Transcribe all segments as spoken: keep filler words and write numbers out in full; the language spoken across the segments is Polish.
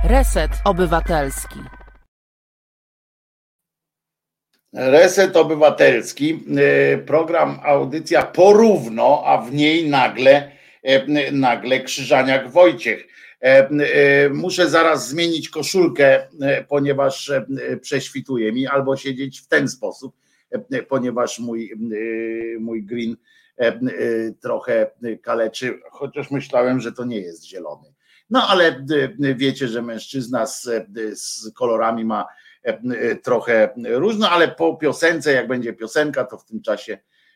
Reset Obywatelski. Reset Obywatelski, program, audycja porówno, a w niej nagle, nagle Krzyżaniak Wojciech. Muszę zaraz zmienić koszulkę, ponieważ prześwituje mi, albo siedzieć w ten sposób, ponieważ mój, mój green trochę kaleczy, chociaż myślałem, że to nie jest zielony. No ale wiecie, że mężczyzna z, z kolorami ma trochę różno, ale po piosence, jak będzie piosenka, to w tym czasie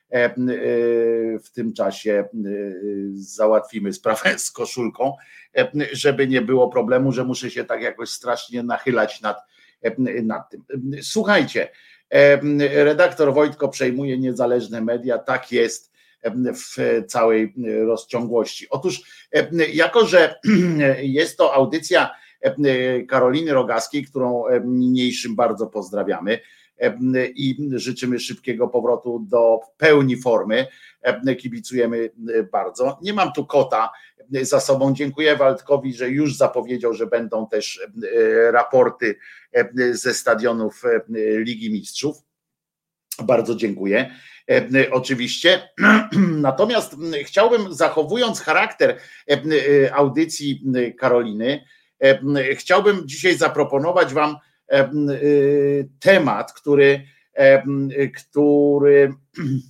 w tym czasie załatwimy sprawę z koszulką, żeby nie było problemu, że muszę się tak jakoś strasznie nachylać nad, nad tym. Słuchajcie, redaktor Wojtko przejmuje niezależne media, tak jest w całej rozciągłości. Otóż jako, że jest to audycja Karoliny Rogaskiej, którą niniejszym bardzo pozdrawiamy i życzymy szybkiego powrotu do pełni formy, kibicujemy bardzo. Nie mam tu kota za sobą, dziękuję Waldkowi, że już zapowiedział, że będą też raporty ze stadionów Ligi Mistrzów. Bardzo dziękuję. Oczywiście. Natomiast chciałbym, zachowując charakter audycji Karoliny, chciałbym dzisiaj zaproponować wam temat, który, który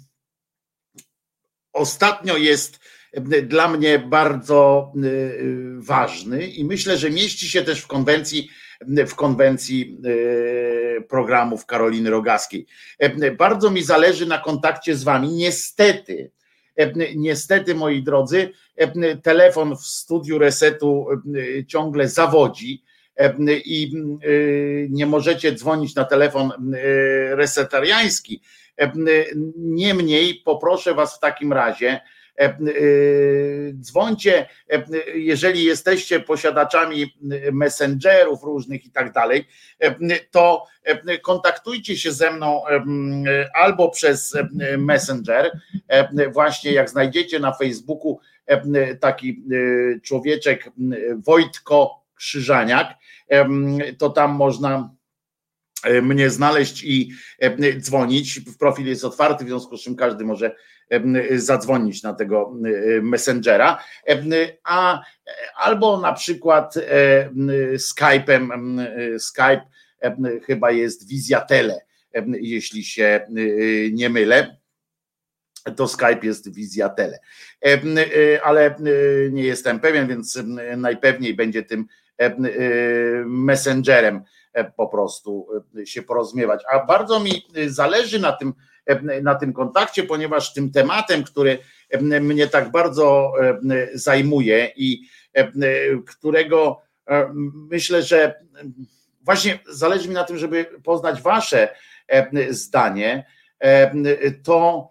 ostatnio jest dla mnie bardzo ważny i myślę, że mieści się też w konwencji, w konwencji programów Karoliny Rogaskiej. Bardzo mi zależy na kontakcie z wami. Niestety, niestety moi drodzy, telefon w studiu Resetu ciągle zawodzi i nie możecie dzwonić na telefon resetariański. Niemniej poproszę was w takim razie, dzwońcie, jeżeli jesteście posiadaczami messengerów różnych i tak dalej, to kontaktujcie się ze mną albo przez Messenger, właśnie jak znajdziecie na Facebooku taki człowieczek Wojtko Krzyżaniak, to tam można mnie znaleźć i dzwonić. Profil jest otwarty, w związku z czym każdy może zadzwonić na tego Messengera, a albo na przykład Skype'em, Skype chyba jest Wizjatele, jeśli się nie mylę, to Skype jest Wizjatele, ale nie jestem pewien, więc najpewniej będzie tym Messengerem po prostu się porozumiewać. A bardzo mi zależy na tym, na tym kontakcie, ponieważ tym tematem, który mnie tak bardzo zajmuje i którego myślę, że właśnie zależy mi na tym, żeby poznać wasze zdanie, to,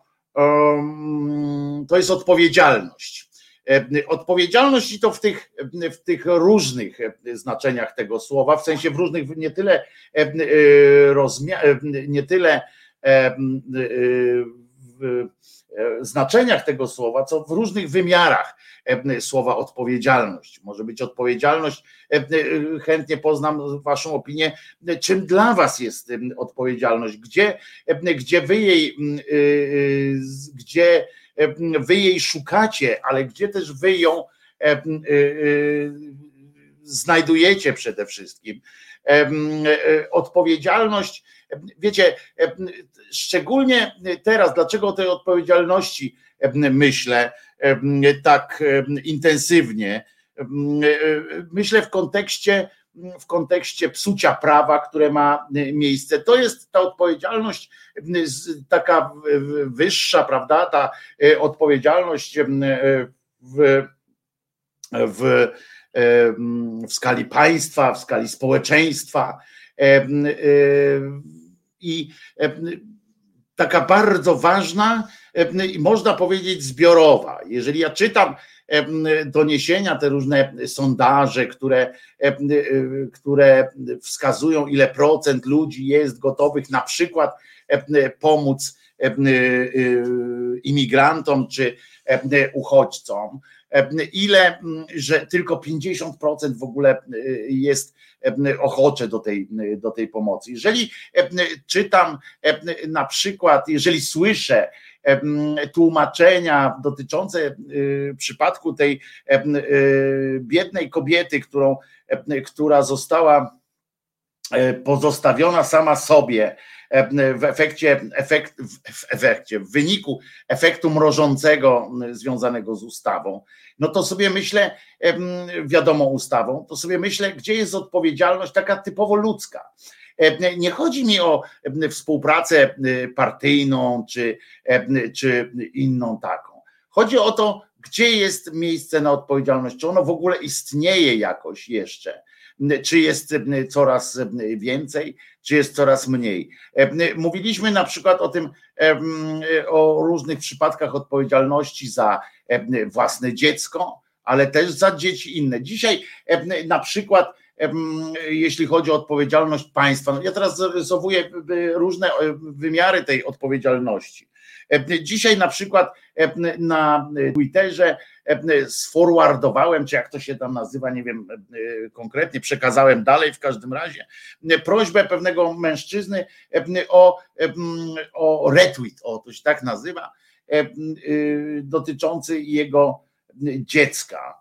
to jest odpowiedzialność. Odpowiedzialność i to w tych, w tych różnych znaczeniach tego słowa, w sensie w różnych nie tyle rozmiarach, nie tyle w znaczeniach tego słowa, co w różnych wymiarach słowa odpowiedzialność. Może być odpowiedzialność, chętnie poznam waszą opinię, czym dla was jest odpowiedzialność, gdzie, gdzie wy jej, gdzie wy jej szukacie, ale gdzie też wy ją znajdujecie przede wszystkim. Odpowiedzialność, wiecie, szczególnie teraz, dlaczego o tej odpowiedzialności myślę tak intensywnie, myślę w kontekście, w kontekście psucia prawa, które ma miejsce. To jest ta odpowiedzialność taka wyższa, prawda, ta odpowiedzialność w, w, w skali państwa, w skali społeczeństwa i taka bardzo ważna i można powiedzieć zbiorowa. Jeżeli ja czytam doniesienia, te różne sondaże, które, które wskazują, ile procent ludzi jest gotowych na przykład pomóc imigrantom czy uchodźcom, ile, że tylko pięćdziesiąt procent w ogóle jest ochocze do tej, do tej pomocy. Jeżeli czytam na przykład, jeżeli słyszę tłumaczenia dotyczące przypadku tej biednej kobiety, którą, która została pozostawiona sama sobie w efekcie, efekt, w efekcie, w wyniku efektu mrożącego związanego z ustawą, no to sobie myślę, wiadomo ustawą, to sobie myślę, gdzie jest odpowiedzialność taka typowo ludzka. Nie chodzi mi o współpracę partyjną czy, czy inną taką. Chodzi o to, gdzie jest miejsce na odpowiedzialność, czy ono w ogóle istnieje jakoś jeszcze, czy jest coraz więcej, czy jest coraz mniej. Mówiliśmy na przykład o tym, o różnych przypadkach odpowiedzialności za własne dziecko, ale też za dzieci inne. Dzisiaj na przykład jeśli chodzi o odpowiedzialność państwa, no ja teraz zarysowuję różne wymiary tej odpowiedzialności. Dzisiaj na przykład na Twitterze sforwardowałem, czy jak to się tam nazywa, nie wiem konkretnie, przekazałem dalej w każdym razie, prośbę pewnego mężczyzny o, o retweet, o to się tak nazywa, dotyczący jego dziecka,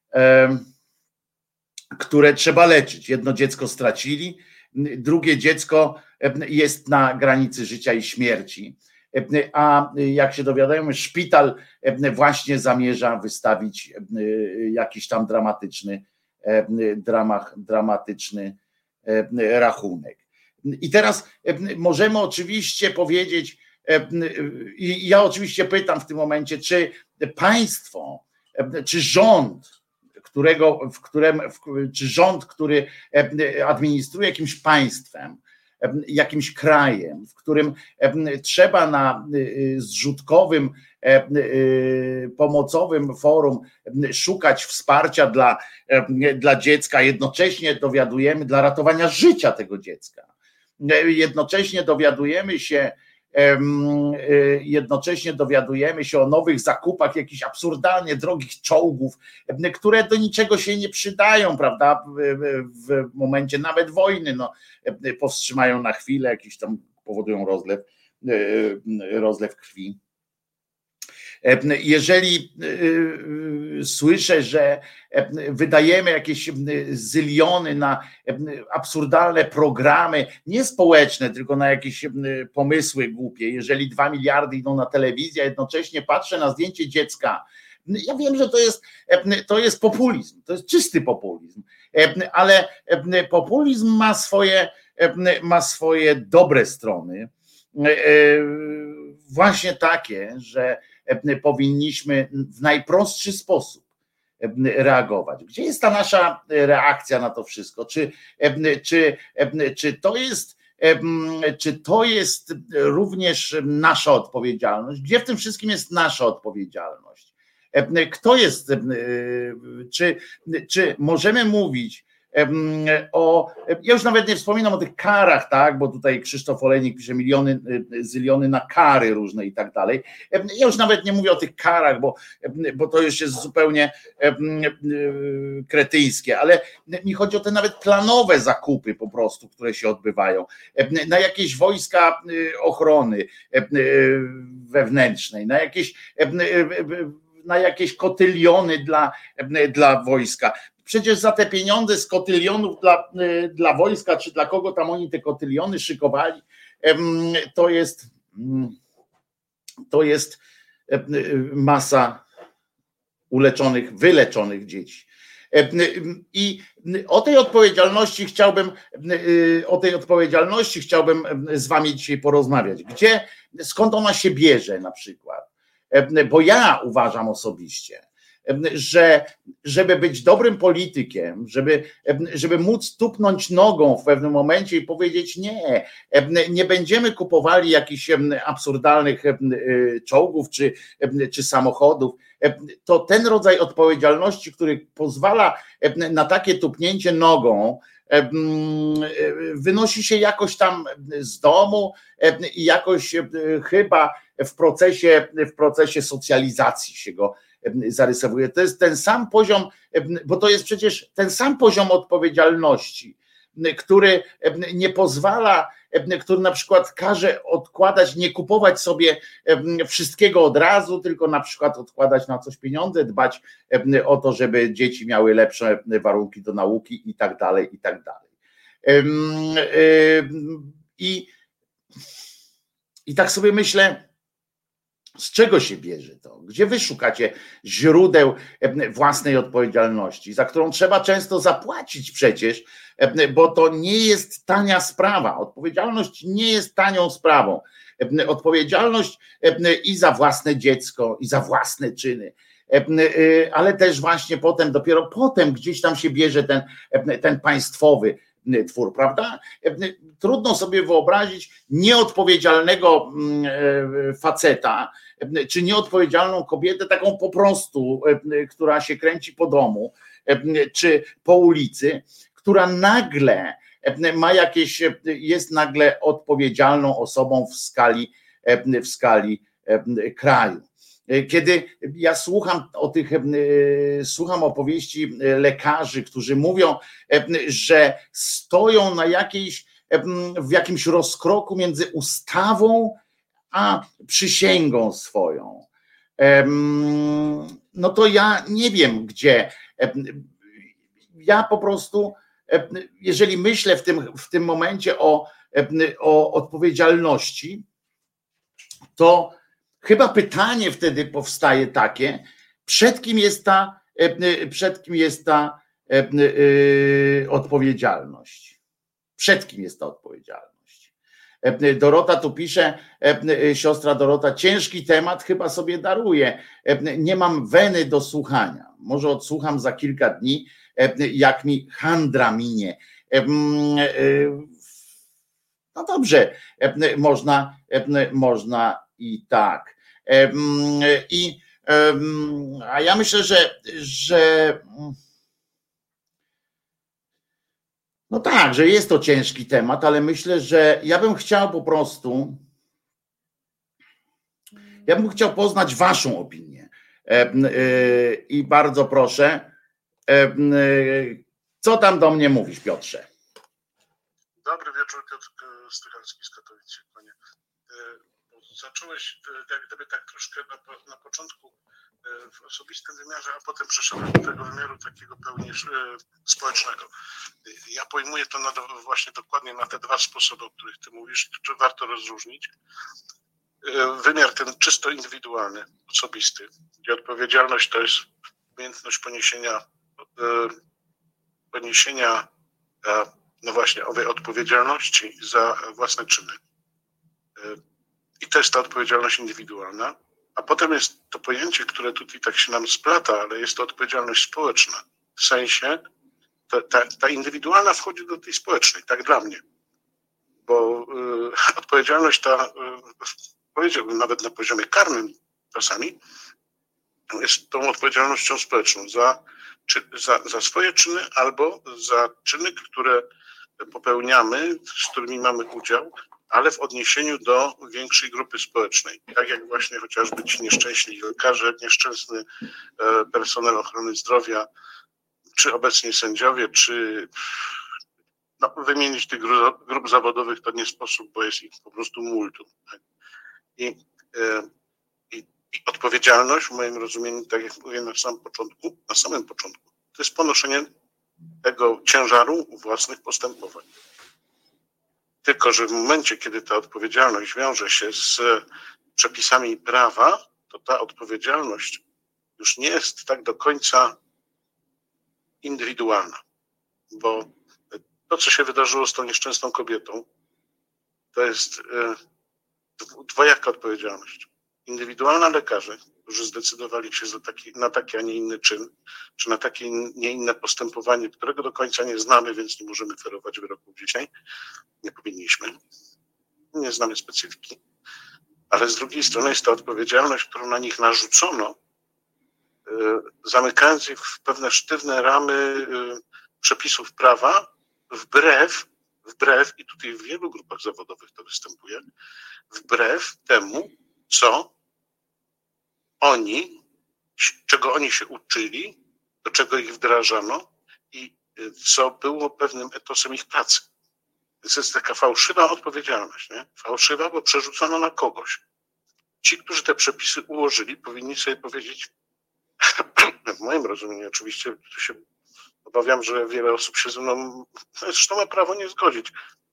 które trzeba leczyć. Jedno dziecko stracili, drugie dziecko jest na granicy życia i śmierci. A jak się dowiadujemy, szpital właśnie zamierza wystawić jakiś tam dramatyczny, dramach, dramatyczny rachunek. I teraz możemy oczywiście powiedzieć, i ja oczywiście pytam w tym momencie, czy państwo, czy rząd, którego, w którym, czy rząd, który administruje jakimś państwem, jakimś krajem, w którym trzeba na zrzutkowym, pomocowym forum szukać wsparcia dla, dla dziecka, jednocześnie dowiadujemy, dla ratowania życia tego dziecka. Jednocześnie dowiadujemy się, jednocześnie dowiadujemy się o nowych zakupach jakichś absurdalnie drogich czołgów, które do niczego się nie przydają, prawda, w momencie nawet wojny, no, powstrzymają na chwilę, jakiś tam powodują rozlew, rozlew krwi. Jeżeli słyszę, że wydajemy jakieś zyliony na absurdalne programy, nie społeczne, tylko na jakieś pomysły głupie, jeżeli dwa miliardy idą na telewizję, a jednocześnie patrzę na zdjęcie dziecka, ja wiem, że to jest, to jest populizm, to jest czysty populizm, ale populizm ma swoje, ma swoje dobre strony, właśnie takie, że powinniśmy w najprostszy sposób reagować. Gdzie jest ta nasza reakcja na to wszystko? Czy, czy, czy to jest, czy to jest również nasza odpowiedzialność? Gdzie w tym wszystkim jest nasza odpowiedzialność? Kto jest, czy, czy możemy mówić o, ja już nawet nie wspominam o tych karach, tak, bo tutaj Krzysztof Olejnik pisze miliony, zyliony na kary różne i tak dalej. Ja już nawet nie mówię o tych karach, bo, bo to już jest zupełnie kretyńskie, ale mi chodzi o te nawet planowe zakupy po prostu, które się odbywają, na jakieś wojska ochrony wewnętrznej, na jakieś na jakieś kotyliony dla, dla wojska. Przecież za te pieniądze z kotylionów dla, dla wojska, czy dla kogo tam oni te kotyliony szykowali, to jest, to jest masa uleczonych, wyleczonych dzieci. I o tej odpowiedzialności chciałbym, o tej odpowiedzialności chciałbym z wami dzisiaj porozmawiać. Gdzie, skąd ona się bierze na przykład? Bo ja uważam osobiście, że żeby być dobrym politykiem, żeby, żeby móc tupnąć nogą w pewnym momencie i powiedzieć nie, nie będziemy kupowali jakichś absurdalnych czołgów czy, czy samochodów, to ten rodzaj odpowiedzialności, który pozwala na takie tupnięcie nogą, wynosi się jakoś tam z domu i jakoś chyba w procesie, w procesie socjalizacji się go zarysowuje. To jest ten sam poziom, bo to jest przecież ten sam poziom odpowiedzialności, który nie pozwala, który na przykład każe odkładać, nie kupować sobie wszystkiego od razu, tylko na przykład odkładać na coś pieniądze, dbać o to, żeby dzieci miały lepsze warunki do nauki i tak dalej, i tak dalej. I, i tak sobie myślę, z czego się bierze to? Gdzie wy szukacie źródeł własnej odpowiedzialności, za którą trzeba często zapłacić przecież, bo to nie jest tania sprawa. Odpowiedzialność nie jest tanią sprawą. Odpowiedzialność i za własne dziecko, i za własne czyny, ale też właśnie potem, dopiero potem gdzieś tam się bierze ten, ten państwowy twór, prawda? Trudno sobie wyobrazić nieodpowiedzialnego faceta, czy nieodpowiedzialną kobietę, taką po prostu, która się kręci po domu, czy po ulicy, która nagle ma jakieś, jest nagle odpowiedzialną osobą w skali, w skali kraju. Kiedy ja słucham o tych, słucham opowieści lekarzy, którzy mówią, że stoją na jakiejś, w jakimś rozkroku między ustawą a przysięgą swoją, no to ja nie wiem gdzie. Ja po prostu, jeżeli myślę w tym, w tym momencie o, o odpowiedzialności, to chyba pytanie wtedy powstaje takie, przed kim jest ta, przed kim jest ta odpowiedzialność? Przed kim jest ta odpowiedzialność? Dorota tu pisze, siostra Dorota, ciężki temat, chyba sobie daruję. Nie mam weny do słuchania. Może odsłucham za kilka dni, jak mi handra minie. No dobrze, można, można i tak. I, a ja myślę, że, że no tak, że jest to ciężki temat, ale myślę, że ja bym chciał po prostu, ja bym chciał poznać waszą opinię. I bardzo proszę, co tam do mnie mówisz, Piotrze? Dobry wieczór, Piotr Stychalski z Katowic. Panie. Zacząłeś jak gdyby tak troszkę na, na początku w osobistym wymiarze, a potem przeszedłeś do tego wymiaru takiego pełni społecznego. Ja pojmuję to na, właśnie dokładnie na te dwa sposoby, o których ty mówisz, czy warto rozróżnić. Wymiar ten czysto indywidualny, osobisty, gdzie odpowiedzialność to jest umiejętność poniesienia poniesienia no właśnie owej odpowiedzialności za własne czyny. I to jest ta odpowiedzialność indywidualna. A potem jest to pojęcie, które tutaj tak się nam splata, ale jest to odpowiedzialność społeczna. W sensie ta, ta, ta indywidualna wchodzi do tej społecznej, tak dla mnie. Bo y, odpowiedzialność ta, y, powiedziałbym nawet na poziomie karnym czasami, jest tą odpowiedzialnością społeczną za, czy, za, za swoje czyny albo za czyny, które popełniamy, z którymi mamy udział, ale w odniesieniu do większej grupy społecznej. Tak jak właśnie chociażby ci nieszczęśliwi lekarze, nieszczęsny personel ochrony zdrowia, czy obecnie sędziowie, czy no, wymienić tych grup, grup zawodowych to nie sposób, bo jest ich po prostu multum. Tak? I, i, I odpowiedzialność w moim rozumieniu, tak jak mówię na samym początku, na samym początku, to jest ponoszenie tego ciężaru własnych postępowań. Tylko że w momencie, kiedy ta odpowiedzialność wiąże się z przepisami prawa, to ta odpowiedzialność już nie jest tak do końca indywidualna. Bo to, co się wydarzyło z tą nieszczęsną kobietą, to jest dwojaka odpowiedzialność. Indywidualna lekarzy, którzy zdecydowali się za taki, na taki, a nie inny czyn, czy na takie, nie inne postępowanie, którego do końca nie znamy, więc nie możemy ferować wyroków dzisiaj. Nie powinniśmy. Nie znamy specyfiki. Ale z drugiej strony jest to odpowiedzialność, którą na nich narzucono, zamykając ich w pewne sztywne ramy przepisów prawa, wbrew, wbrew, i tutaj w wielu grupach zawodowych to występuje, wbrew temu, co oni czego oni się uczyli, do czego ich wdrażano i co było pewnym etosem ich pracy. Więc jest taka fałszywa odpowiedzialność, nie? Fałszywa, bo przerzucono na kogoś. Ci, którzy te przepisy ułożyli, powinni sobie powiedzieć, w moim rozumieniu oczywiście, to się obawiam, że wiele osób się ze mną, zresztą ma prawo nie zgodzić,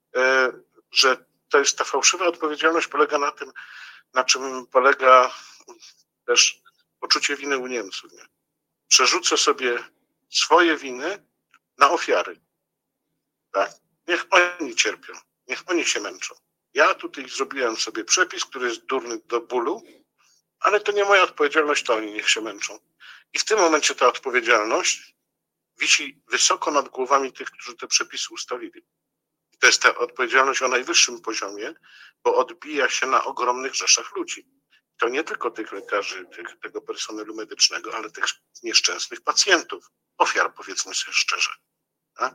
że to jest ta fałszywa odpowiedzialność polega na tym, na czym polega też poczucie winy u Niemców. Nie? Przerzucę sobie swoje winy na ofiary. Tak? Niech oni cierpią, niech oni się męczą. Ja tutaj zrobiłem sobie przepis, który jest durny do bólu, ale to nie moja odpowiedzialność, to oni niech się męczą. I w tym momencie ta odpowiedzialność wisi wysoko nad głowami tych, którzy te przepisy ustalili. I to jest ta odpowiedzialność o najwyższym poziomie, bo odbija się na ogromnych rzeszach ludzi. To nie tylko tych lekarzy, tych, tego personelu medycznego, ale tych nieszczęsnych pacjentów, ofiar, powiedzmy sobie szczerze. Tak?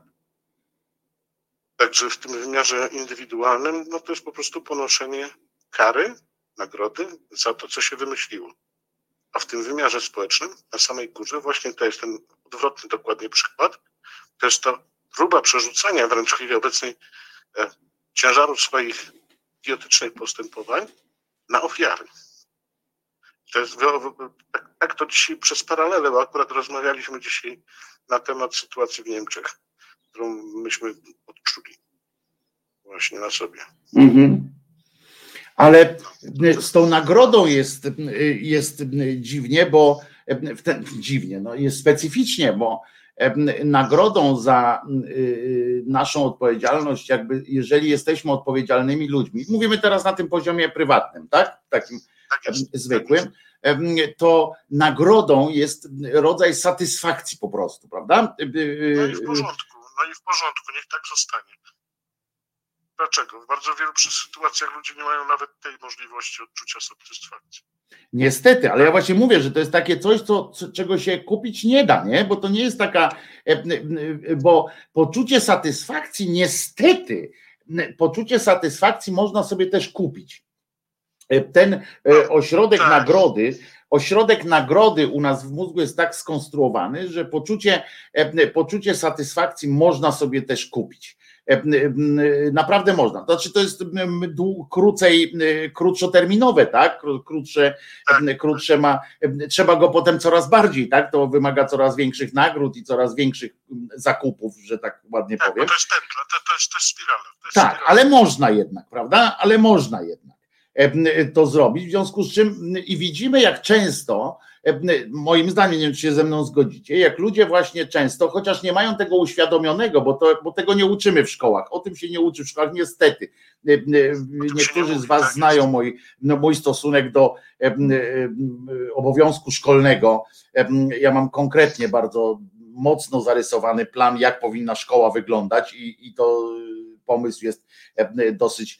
Także w tym wymiarze indywidualnym, no to jest po prostu ponoszenie kary, nagrody za to, co się wymyśliło. A w tym wymiarze społecznym, na samej górze, właśnie to jest ten odwrotny dokładnie przykład, to jest to próba przerzucania wręcz w chwili obecnej e, ciężaru swoich idiotycznych postępowań na ofiary. To jest, tak, tak to dzisiaj przez paralelę, bo akurat rozmawialiśmy dzisiaj na temat sytuacji w Niemczech, którą myśmy odczuli właśnie na sobie. Mhm. Ale z tą nagrodą jest, jest dziwnie, bo w ten, dziwnie, no jest specyficznie, bo nagrodą za naszą odpowiedzialność, jakby jeżeli jesteśmy odpowiedzialnymi ludźmi, mówimy teraz na tym poziomie prywatnym, tak? Takim zwykłym, to nagrodą jest rodzaj satysfakcji po prostu, prawda? No i w porządku, no i w porządku, niech tak zostanie. Dlaczego? W bardzo wielu sytuacjach ludzie nie mają nawet tej możliwości odczucia satysfakcji. Niestety, ale ja właśnie mówię, że to jest takie coś, co, czego się kupić nie da, nie? Bo to nie jest taka, bo poczucie satysfakcji niestety, poczucie satysfakcji można sobie też kupić. Ten ośrodek tak. nagrody, ośrodek nagrody u nas w mózgu jest tak skonstruowany, że poczucie, poczucie satysfakcji można sobie też kupić. Naprawdę można. To znaczy to jest krócej, krótszoterminowe, tak? Krótsze, tak. krótsze ma, trzeba go potem coraz bardziej, tak? To wymaga coraz większych nagród i coraz większych zakupów, że tak ładnie tak, powiem. To jest templa, to, to jest, to jest spirala. To jest tak, spirala. Ale można jednak, prawda? Ale można jednak to zrobić, w związku z czym i widzimy, jak często, moim zdaniem, nie wiem, czy się ze mną zgodzicie, jak ludzie właśnie często, chociaż nie mają tego uświadomionego, bo, to, bo tego nie uczymy w szkołach, o tym się nie uczy w szkołach, niestety. Niektórzy z was znają mój, no, mój stosunek do obowiązku szkolnego. Ja mam konkretnie bardzo mocno zarysowany plan, jak powinna szkoła wyglądać i, i to pomysł jest dosyć,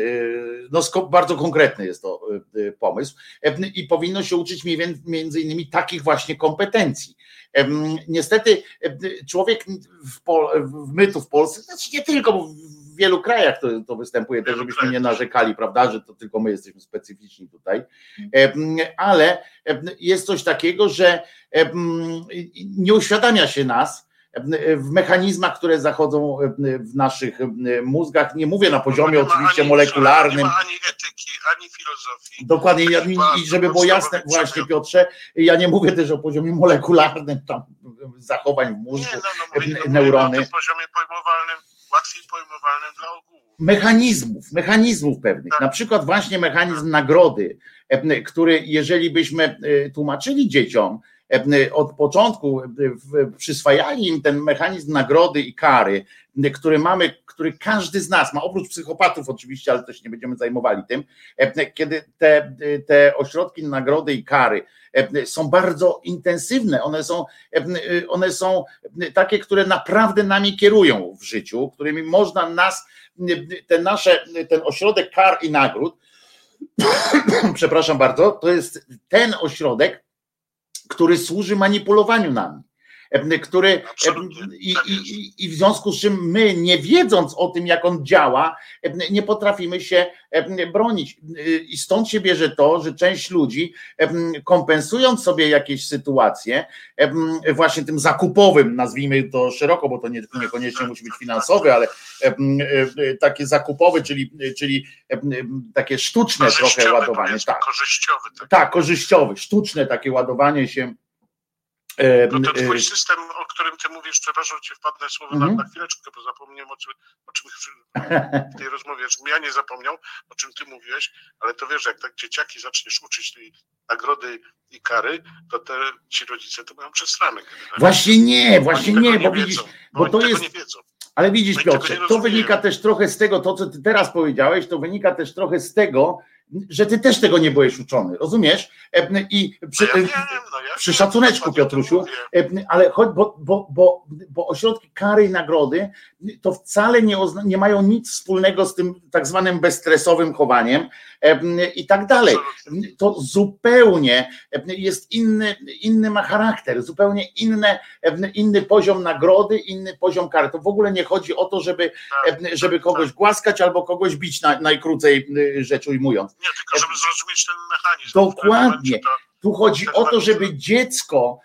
no bardzo konkretny jest to pomysł i powinno się uczyć między innymi takich właśnie kompetencji. Niestety człowiek, w Pol- my tu w Polsce, znaczy nie tylko, bo w wielu krajach to, to występuje, też żebyśmy nie narzekali, prawda, że to tylko my jesteśmy specyficzni tutaj, ale jest coś takiego, że nie uświadamia się nas w mechanizmach, które zachodzą w naszych mózgach, nie mówię na poziomie oczywiście ani, molekularnym. Nie ma ani etyki, ani filozofii. Dokładnie, i żeby było jasne, właśnie Piotrze, ja nie mówię też o poziomie molekularnym, tam zachowań w mózgu, nie, no, no, mówię, neurony. Na tym poziomie pojmowalnym, łatwiej pojmowalnym dla ogółu. Mechanizmów, mechanizmów pewnych, tak. Na przykład właśnie mechanizm nagrody, który jeżeli byśmy tłumaczyli dzieciom, od początku przyswajali im ten mechanizm nagrody i kary, który mamy, który każdy z nas ma, oprócz psychopatów oczywiście, ale też nie będziemy zajmowali tym, kiedy te, te ośrodki nagrody i kary są bardzo intensywne, one są, one są takie, które naprawdę nami kierują w życiu, którymi można nas, te nasze, ten ośrodek kar i nagród, przepraszam bardzo, to jest ten ośrodek, który służy manipulowaniu nami. który i, i, i w związku z czym my, nie wiedząc o tym, jak on działa, nie potrafimy się bronić. I stąd się bierze to, że część ludzi, kompensując sobie jakieś sytuacje, właśnie tym zakupowym, nazwijmy to szeroko, bo to nie, niekoniecznie musi być finansowy, ale takie zakupowe, czyli, czyli takie sztuczne trochę ładowanie. Tak, korzyściowy. Tak. tak, korzyściowy, sztuczne takie ładowanie się. No to twój system, o którym ty mówisz, przepraszam, cię wpadnę słowo mm-hmm. na, na chwileczkę, bo zapomniałem o czym, o czym w tej rozmowie, ja nie zapomniał, o czym ty mówiłeś, ale to wiesz, jak tak dzieciaki zaczniesz uczyć tej nagrody i kary, to te ci rodzice to mają przesrane. Właśnie nie, właśnie nie, nie, bo widzisz, wiedzą, bo, bo to tego jest... nie wiedzą. Ale widzisz, Piotrze, to wynika też trochę z tego, to co ty teraz powiedziałeś, to wynika też trochę z tego, że ty też tego nie byłeś uczony, rozumiesz? I przy, no ja wiem, no ja przy szacuneczku, Piotrusiu, ale choć, bo, bo, bo, bo ośrodki kary i nagrody to wcale nie, ozna, nie mają nic wspólnego z tym tak zwanym bezstresowym chowaniem i tak dalej. To zupełnie jest inny, inny ma charakter, zupełnie inne, inny poziom nagrody, inny poziom kary. To w ogóle nie chodzi o to, żeby, żeby kogoś głaskać albo kogoś bić, na, najkrócej rzecz ujmując. Nie, tylko żeby zrozumieć ten mechanizm. Dokładnie. Tu chodzi o to, żeby dziecko,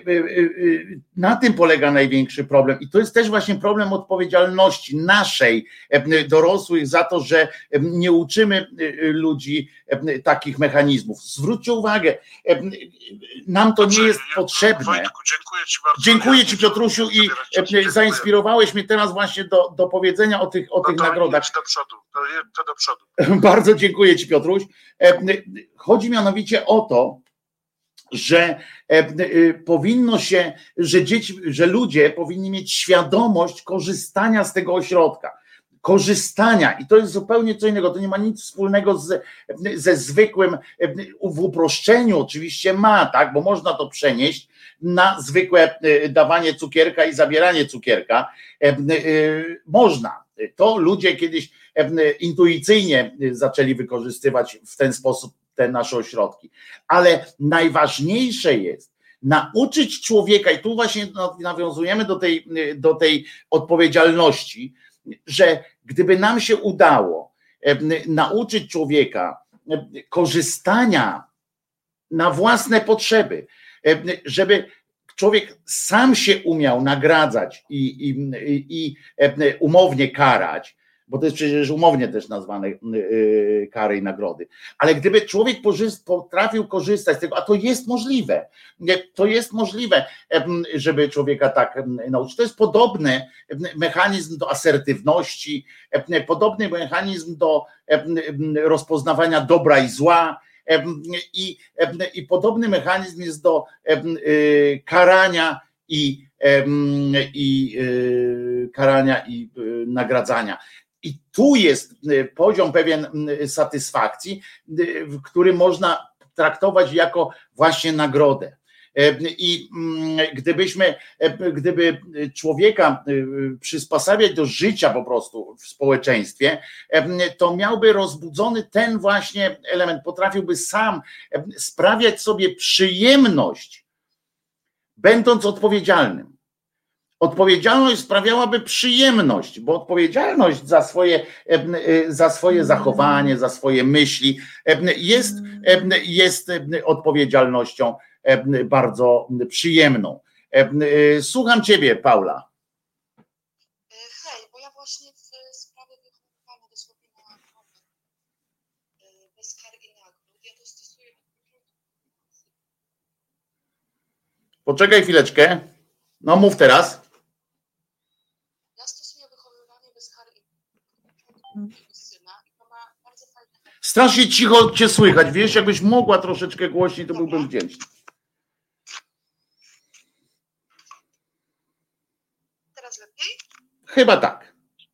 na tym polega największy problem i to jest też właśnie problem odpowiedzialności naszej, dorosłych, za to, że nie uczymy ludzi takich mechanizmów. Zwróćcie uwagę, nam to nie jest potrzebne. Wojtku, dziękuję ci bardzo. Dziękuję ci, Piotrusiu, i zainspirowałeś mnie teraz właśnie do, do powiedzenia o tych, o tych no to nagrodach. Do przodu, to, to do przodu. Bardzo dziękuję ci, Piotruś. Chodzi mianowicie o to, że powinno się, że dzieci, że ludzie powinni mieć świadomość korzystania z tego ośrodka. Korzystania i to jest zupełnie co innego, to nie ma nic wspólnego z, ze zwykłym, w uproszczeniu oczywiście ma, tak, bo można to przenieść na zwykłe dawanie cukierka i zabieranie cukierka. Można. To ludzie kiedyś intuicyjnie zaczęli wykorzystywać w ten sposób te nasze ośrodki. Ale najważniejsze jest nauczyć człowieka, i tu właśnie nawiązujemy do tej, do tej odpowiedzialności, że gdyby nam się udało nauczyć człowieka korzystania na własne potrzeby, żeby człowiek sam się umiał nagradzać i, i, i umownie karać, bo to jest przecież umownie też nazwane yy, kary i nagrody. Ale gdyby człowiek potrafił korzystać z tego, a to jest możliwe, to jest możliwe, żeby człowieka tak nauczyć. To jest podobny mechanizm do asertywności, podobny mechanizm do rozpoznawania dobra i zła, i, i podobny mechanizm jest do yy, karania i, i yy, karania i yy, nagradzania. I tu jest poziom pewien satysfakcji, który można traktować jako właśnie nagrodę. I gdybyśmy, gdyby człowieka przysposabiać do życia po prostu w społeczeństwie, to miałby rozbudzony ten właśnie element, potrafiłby sam sprawiać sobie przyjemność, będąc odpowiedzialnym. Odpowiedzialność sprawiałaby przyjemność, bo odpowiedzialność za swoje, za swoje zachowanie, za swoje myśli jest, jest odpowiedzialnością bardzo przyjemną. Słucham ciebie, Paula. Hej, bo ja właśnie w sprawie wychowywania dosłownie na drogę bez kar i nagród, ja to stosuję. Poczekaj chwileczkę. No mów teraz. Strasznie cicho cię słychać, wiesz, jakbyś mogła troszeczkę głośniej, to byłbym wdzięczny. Teraz lepiej? Chyba tak.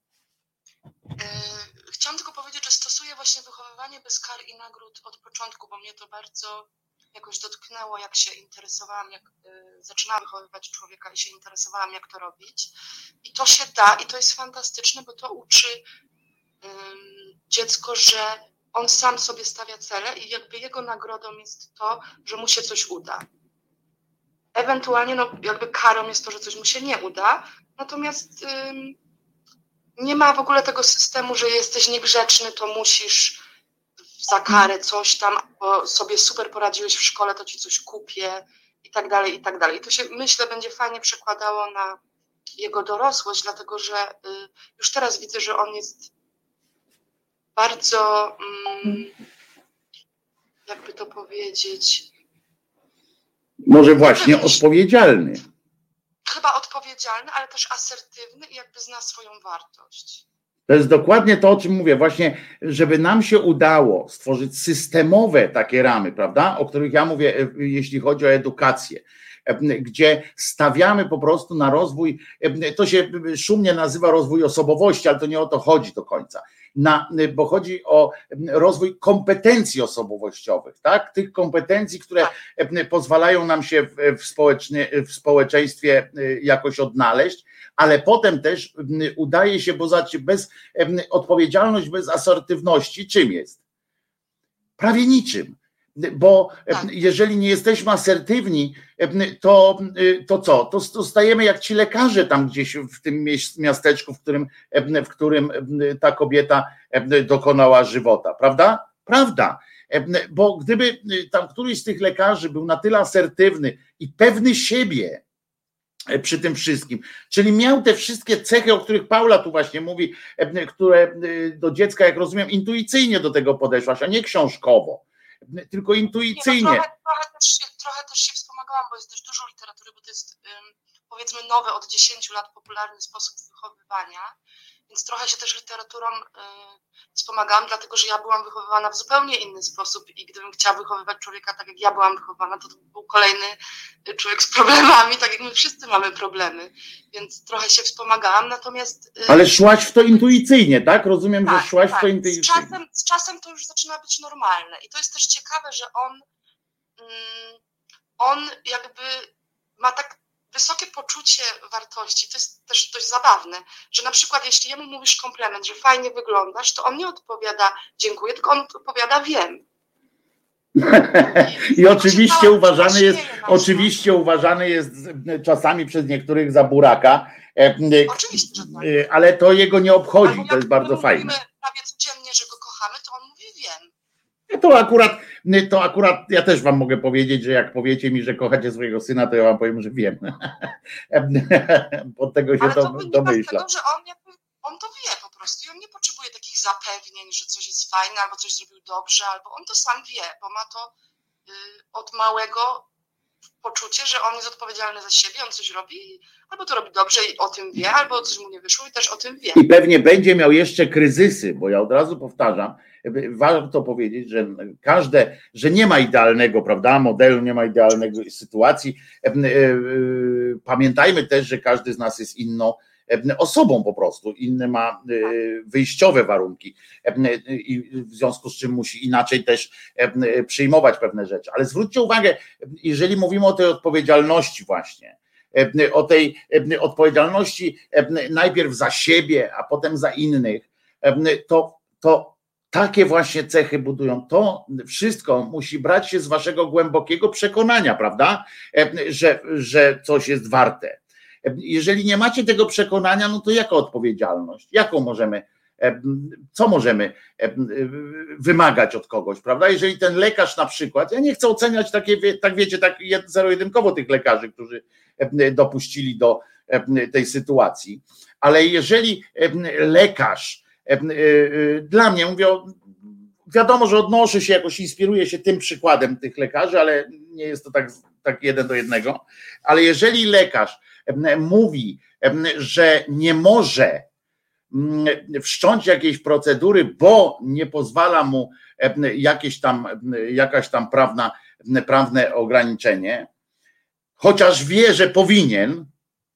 Chciałam tylko powiedzieć, że stosuję właśnie wychowywanie bez kar i nagród od początku, bo mnie to bardzo jakoś dotknęło, jak się interesowałam, jak zaczynałam wychowywać człowieka i się interesowałam, jak to robić. I to się da i to jest fantastyczne, bo to uczy dziecko, że on sam sobie stawia cele i jakby jego nagrodą jest to, że mu się coś uda. Ewentualnie no, jakby karą jest to, że coś mu się nie uda, natomiast ym, nie ma w ogóle tego systemu, że jesteś niegrzeczny, to musisz za karę coś tam, bo sobie super poradziłeś w szkole, to ci coś kupię i tak dalej, i tak dalej. I to się, myślę, będzie fajnie przekładało na jego dorosłość, dlatego że y, już teraz widzę, że on jest bardzo, mm, jakby to powiedzieć... Może właśnie odpowiedzialny. Chyba odpowiedzialny, ale też asertywny i jakby zna swoją wartość. To jest dokładnie to, o czym mówię, właśnie, żeby nam się udało stworzyć systemowe takie ramy, prawda, o których ja mówię, jeśli chodzi o edukację, gdzie stawiamy po prostu na rozwój, to się szumnie nazywa rozwój osobowości, ale to nie o to chodzi do końca, na, bo chodzi o rozwój kompetencji osobowościowych, tak? Tych kompetencji, które pozwalają nam się w, społecznie, w społeczeństwie jakoś odnaleźć, ale potem też udaje się, bo zobaczcie, bez odpowiedzialność, bez asertywności, czym jest? Prawie niczym. Bo jeżeli nie jesteśmy asertywni, to, to co? To, to stajemy jak ci lekarze tam gdzieś w tym miasteczku, w którym, w którym ta kobieta dokonała żywota, prawda? Prawda. Bo gdyby tam któryś z tych lekarzy był na tyle asertywny i pewny siebie przy tym wszystkim, czyli miał te wszystkie cechy, o których Paula tu właśnie mówi, które do dziecka, jak rozumiem, intuicyjnie do tego podeszłaś, a nie książkowo, tylko intuicyjnie. Nie, no trochę, trochę, też się, trochę też się wspomagałam, bo jest dość dużo literatury, bo to jest um, powiedzmy nowy od dziesięciu lat popularny sposób wychowywania, więc trochę się też literaturą um, wspomagałam, dlatego że ja byłam wychowywana w zupełnie inny sposób i gdybym chciała wychowywać człowieka tak jak ja byłam wychowana, to, to był kolejny człowiek z problemami, tak jak my wszyscy mamy problemy, więc trochę się wspomagałam, natomiast... Um, Ale szłaś w to intuicyjnie, tak? Rozumiem, tak, że szłaś tak. w to intuicyjnie. Z czasem, z czasem to już zaczyna być normalne i to jest też ciekawe, że on um, on jakby ma tak wysokie poczucie wartości, to jest też dość zabawne, że na przykład jeśli jemu mówisz komplement, że fajnie wyglądasz, to on nie odpowiada dziękuję, tylko on odpowiada wiem. I, I oczywiście uważany jest, oczywiście uważany jest czasami przez niektórych za buraka, oczywiście, że tak. Ale to jego nie obchodzi, albo to jest bardzo fajne. Prawie codziennie, że go kochamy, to on mówi wiem. To akurat, to akurat ja też wam mogę powiedzieć, że jak powiecie mi, że kochacie swojego syna, to ja wam powiem, że wiem. Od tego się ale to domyśla. Tego, że on, jakby, on to wie po prostu i on nie potrzebuje takich zapewnień, że coś jest fajne, albo coś zrobił dobrze, albo on to sam wie, bo ma to y, od małego poczucie, że on jest odpowiedzialny za siebie, on coś robi, albo to robi dobrze i o tym wie, albo coś mu nie wyszło i też o tym wie. I pewnie będzie miał jeszcze kryzysy, bo ja od razu powtarzam, warto powiedzieć, że każde, że nie ma idealnego, prawda, modelu, nie ma idealnej sytuacji. Pamiętajmy też, że każdy z nas jest inną osobą po prostu, inne ma wyjściowe warunki i w związku z czym musi inaczej też przyjmować pewne rzeczy. Ale zwróćcie uwagę, jeżeli mówimy o tej odpowiedzialności właśnie, o tej odpowiedzialności najpierw za siebie, a potem za innych, to, to takie właśnie cechy budują. To wszystko musi brać się z waszego głębokiego przekonania, prawda, że, że coś jest warte. Jeżeli nie macie tego przekonania, no to jaka odpowiedzialność? Jaką możemy, co możemy wymagać od kogoś, prawda? Jeżeli ten lekarz na przykład, ja nie chcę oceniać takie, tak wiecie, tak zero-jedynkowo tych lekarzy, którzy dopuścili do tej sytuacji, ale jeżeli lekarz, dla mnie, mówię, wiadomo, że odnoszę się jakoś, inspiruję się tym przykładem tych lekarzy, ale nie jest to tak, tak jeden do jednego, ale jeżeli lekarz mówi, że nie może wszcząć jakiejś procedury, bo nie pozwala mu jakieś tam, jakaś tam prawna, prawne ograniczenie, chociaż wie, że powinien,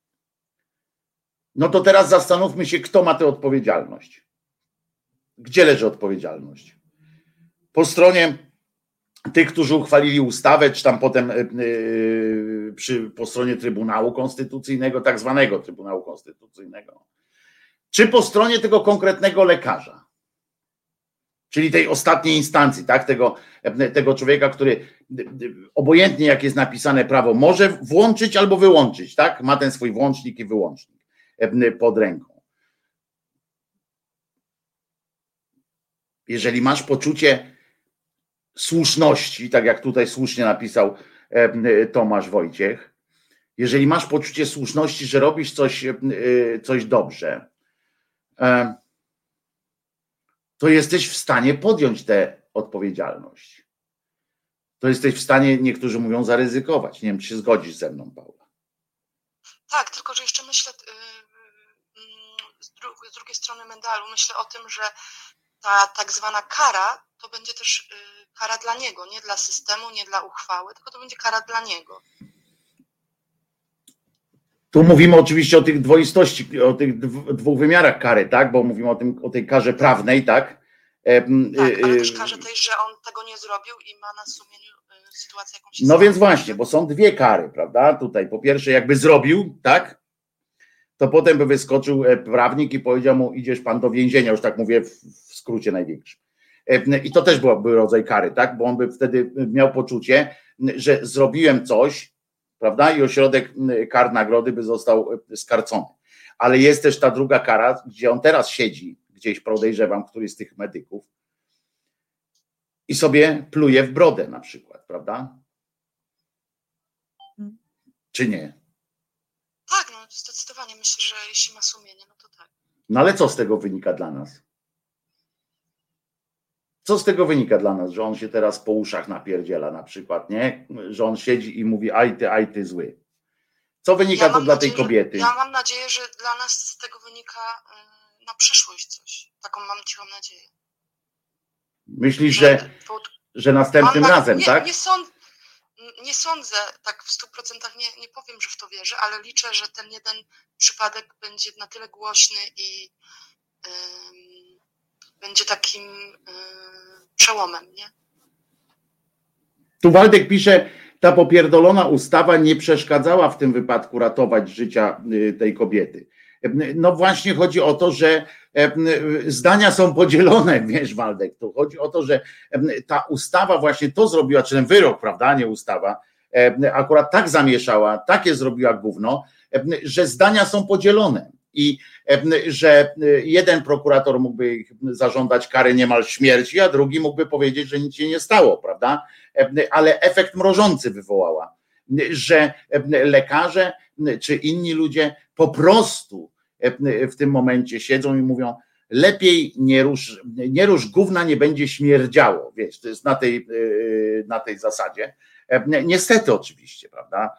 no to teraz zastanówmy się, kto ma tę odpowiedzialność. Gdzie leży odpowiedzialność? Po stronie tych, którzy uchwalili ustawę, czy tam potem yy, przy, po stronie Trybunału Konstytucyjnego, tak zwanego Trybunału Konstytucyjnego, czy po stronie tego konkretnego lekarza? Czyli tej ostatniej instancji, tak? Tego, tego człowieka, który obojętnie jak jest napisane prawo, może włączyć albo wyłączyć, tak? Ma ten swój włącznik i wyłącznik pod ręką. Jeżeli masz poczucie słuszności, tak jak tutaj słusznie napisał Tomasz Wojciech, jeżeli masz poczucie słuszności, że robisz coś, coś dobrze, to jesteś w stanie podjąć tę odpowiedzialność. To jesteś w stanie, niektórzy mówią, zaryzykować. Nie wiem, czy się zgodzisz ze mną, Paula. Tak, tylko że jeszcze myślę z drugiej strony medalu, myślę o tym, że ta tak zwana kara to będzie też kara dla niego, nie dla systemu, nie dla uchwały, tylko to będzie kara dla niego. Tu mówimy oczywiście o tych dwoistości, o tych dwóch wymiarach kary, tak? Bo mówimy o tym, o tej karze prawnej, tak? Tak, ale też karze tej, że on tego nie zrobił i ma na sumieniu sytuację jakąś. No więc właśnie, bo są dwie kary, prawda? Tutaj po pierwsze jakby zrobił, tak? To potem by wyskoczył prawnik i powiedział mu, idziesz pan do więzienia, już tak mówię w skrócie największym. I to też byłby rodzaj kary, tak? Bo on by wtedy miał poczucie, że zrobiłem coś, prawda? I ośrodek kar nagrody by został skarcony. Ale jest też ta druga kara, gdzie on teraz siedzi, gdzieś podejrzewam, któryś z tych medyków i sobie pluje w brodę na przykład, prawda? Czy nie? Tak, no zdecydowanie myślę, że jeśli ma sumienie, no to tak. No ale co z tego wynika dla nas? Co z tego wynika dla nas, że on się teraz po uszach napierdziela na przykład, nie? Że on siedzi i mówi, aj ty, aj ty zły. Co wynika ja to dla nadzieję, tej kobiety? Że, ja mam nadzieję, że dla nas z tego wynika y, na przyszłość coś. Taką mam cichą nadzieję. Myślisz, że, że następnym na, razem, nie, tak? Nie, sąd, nie sądzę, tak w stu procentach nie, nie powiem, że w to wierzę, ale liczę, że ten jeden przypadek będzie na tyle głośny i y, będzie takim y, przełomem, nie? Tu Waldek pisze, ta popierdolona ustawa nie przeszkadzała w tym wypadku ratować życia tej kobiety. No właśnie chodzi o to, że zdania są podzielone, wiesz, Waldek, tu chodzi o to, że ta ustawa właśnie to zrobiła, czy ten wyrok, prawda, nie ustawa, akurat tak zamieszała, takie zrobiła gówno, że zdania są podzielone i że jeden prokurator mógłby zażądać kary niemal śmierci, a drugi mógłby powiedzieć, że nic się nie stało, prawda, ale efekt mrożący wywołała, że lekarze czy inni ludzie po prostu w tym momencie siedzą i mówią, lepiej nie rusz, nie rusz gówna, nie będzie śmierdziało, wiesz, to jest na tej, na tej zasadzie, niestety oczywiście, prawda,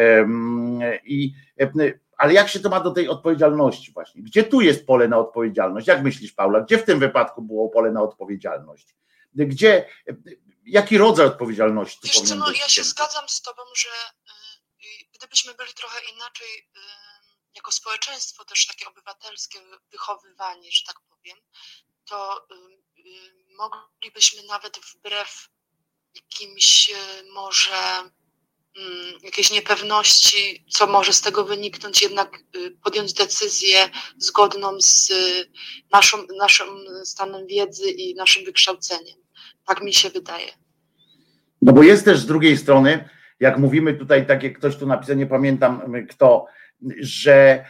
i ale jak się to ma do tej odpowiedzialności właśnie? Gdzie tu jest pole na odpowiedzialność? Jak myślisz, Paula, gdzie w tym wypadku było pole na odpowiedzialność? Gdzie, jaki rodzaj odpowiedzialności? Wiesz co, no ja się zgadzam z tobą, że y, gdybyśmy byli trochę inaczej y, jako społeczeństwo też takie obywatelskie wychowywani, że tak powiem, to y, y, moglibyśmy nawet wbrew jakimś y, może jakiejś niepewności, co może z tego wyniknąć, jednak podjąć decyzję zgodną z naszą, naszym stanem wiedzy i naszym wykształceniem. Tak mi się wydaje. No bo jest też z drugiej strony, jak mówimy tutaj, tak jak ktoś tu napisał, nie pamiętam kto, że,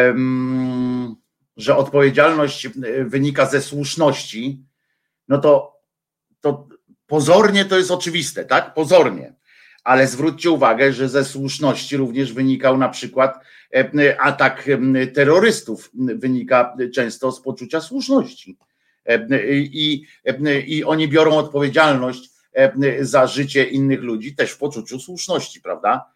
um, że odpowiedzialność wynika ze słuszności, no to, to pozornie to jest oczywiste, tak? Pozornie. Ale zwróćcie uwagę, że ze słuszności również wynikał na przykład atak terrorystów, wynika często z poczucia słuszności. I, i oni biorą odpowiedzialność za życie innych ludzi też w poczuciu słuszności, prawda?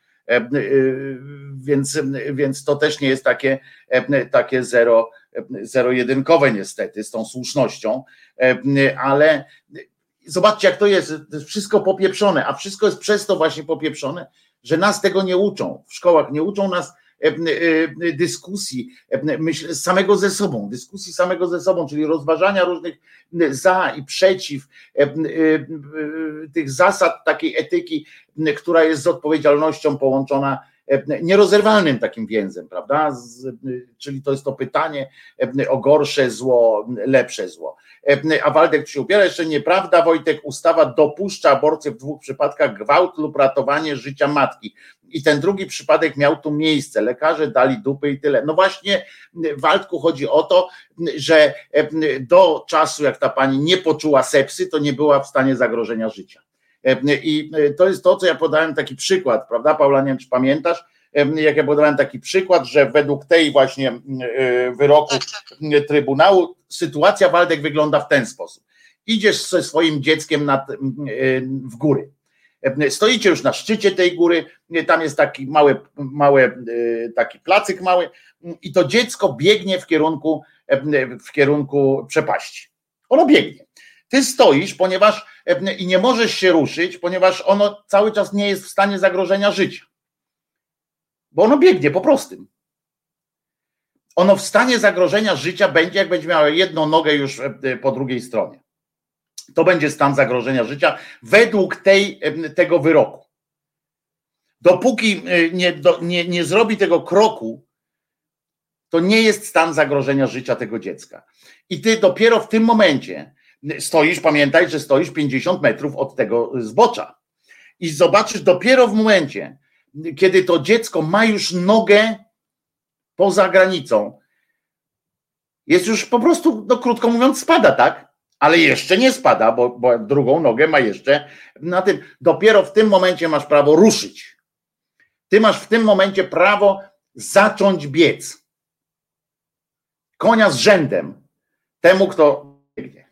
Więc, więc to też nie jest takie, takie zero, zero-jedynkowe niestety z tą słusznością, ale zobaczcie, jak to jest, to jest wszystko popieprzone, a wszystko jest przez to właśnie popieprzone, że nas tego nie uczą. W szkołach nie uczą nas dyskusji myśl, samego ze sobą, dyskusji samego ze sobą, czyli rozważania różnych za i przeciw, tych zasad takiej etyki, która jest z odpowiedzialnością połączona nierozerwalnym takim więzem, prawda? Z, czyli to jest to pytanie o gorsze zło, lepsze zło. A Waldek się upiera, jeszcze nieprawda, Wojtek, ustawa dopuszcza aborcję w dwóch przypadkach: gwałt lub ratowanie życia matki. I ten drugi przypadek miał tu miejsce. Lekarze dali dupy i tyle. No właśnie, Waldku, chodzi o to, że do czasu, jak ta pani nie poczuła sepsy, to nie była w stanie zagrożenia życia. I to jest to, co ja podałem taki przykład, prawda, Paula, nie wiem, czy pamiętasz, jak ja podałem taki przykład, że według tej właśnie wyroku tak, tak. Trybunału sytuacja, Waldek, wygląda w ten sposób. Idziesz ze swoim dzieckiem nad, w góry. Stoicie już na szczycie tej góry, tam jest taki mały, mały, taki placyk mały i to dziecko biegnie w kierunku, w kierunku przepaści. Ono biegnie. Ty stoisz, ponieważ i nie możesz się ruszyć, ponieważ ono cały czas nie jest w stanie zagrożenia życia. Bo ono biegnie po prostym. Ono w stanie zagrożenia życia będzie, jak będzie miało jedną nogę już po drugiej stronie. To będzie stan zagrożenia życia według tej, tego wyroku. Dopóki nie, do, nie, nie zrobi tego kroku, to nie jest stan zagrożenia życia tego dziecka. I ty dopiero w tym momencie stoisz, pamiętaj, że stoisz pięćdziesiąt metrów od tego zbocza. I zobaczysz dopiero w momencie, kiedy to dziecko ma już nogę poza granicą. Jest już po prostu, no krótko mówiąc, spada, tak? Ale jeszcze nie spada, bo, bo drugą nogę ma jeszcze na tym. Dopiero w tym momencie masz prawo ruszyć. Ty masz w tym momencie prawo zacząć biec. Konia z rzędem temu, kto biegnie.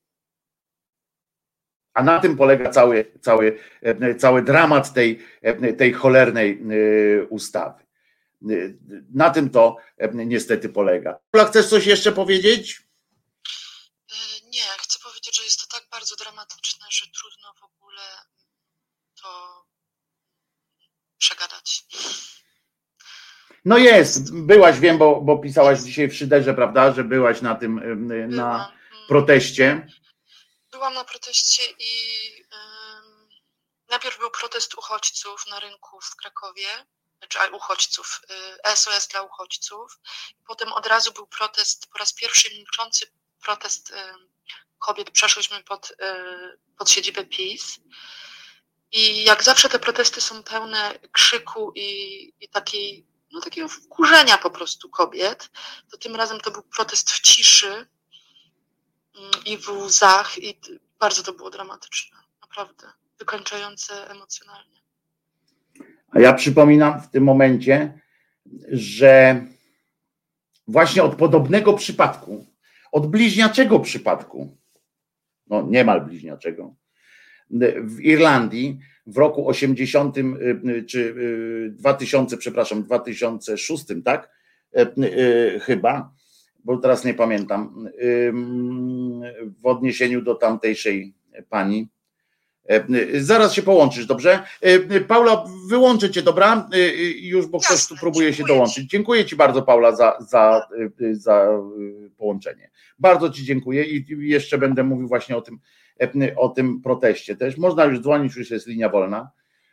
A na tym polega cały, cały, cały dramat tej, tej cholernej ustawy. Na tym to niestety polega. Chcesz coś jeszcze powiedzieć? Nie, chcę powiedzieć, że jest to tak bardzo dramatyczne, że trudno w ogóle to przegadać. No jest, byłaś, wiem, bo, bo pisałaś dzisiaj w Szyderze, prawda, że byłaś na tym, na Byłam. proteście. Byłam na proteście i um, najpierw był protest uchodźców na rynku w Krakowie, znaczy uchodźców, S O S dla uchodźców. Potem od razu był protest, po raz pierwszy milczący protest kobiet, przeszłyśmy pod, pod siedzibę PiS i jak zawsze te protesty są pełne krzyku i, i takiej, no takiego wkurzenia po prostu kobiet, to tym razem to był protest w ciszy i w łzach i bardzo to było dramatyczne, naprawdę, wykańczające emocjonalnie. A ja przypominam w tym momencie, że właśnie od podobnego przypadku, od bliźniaczego przypadku, no niemal bliźniaczego, w Irlandii w roku osiemdziesiątym czy dwa tysiące, przepraszam, dwa tysiące szóstym, tak? Chyba, bo teraz nie pamiętam, w odniesieniu do tamtejszej pani. Zaraz się połączysz, dobrze? Paula, wyłączę cię, dobra? Już, bo ktoś tu próbuje się dołączyć. Dziękuję ci bardzo, Paula, za, za, za połączenie. Bardzo ci dziękuję i jeszcze będę mówił właśnie o tym, o tym proteście też. Można już dzwonić, już jest linia wolna.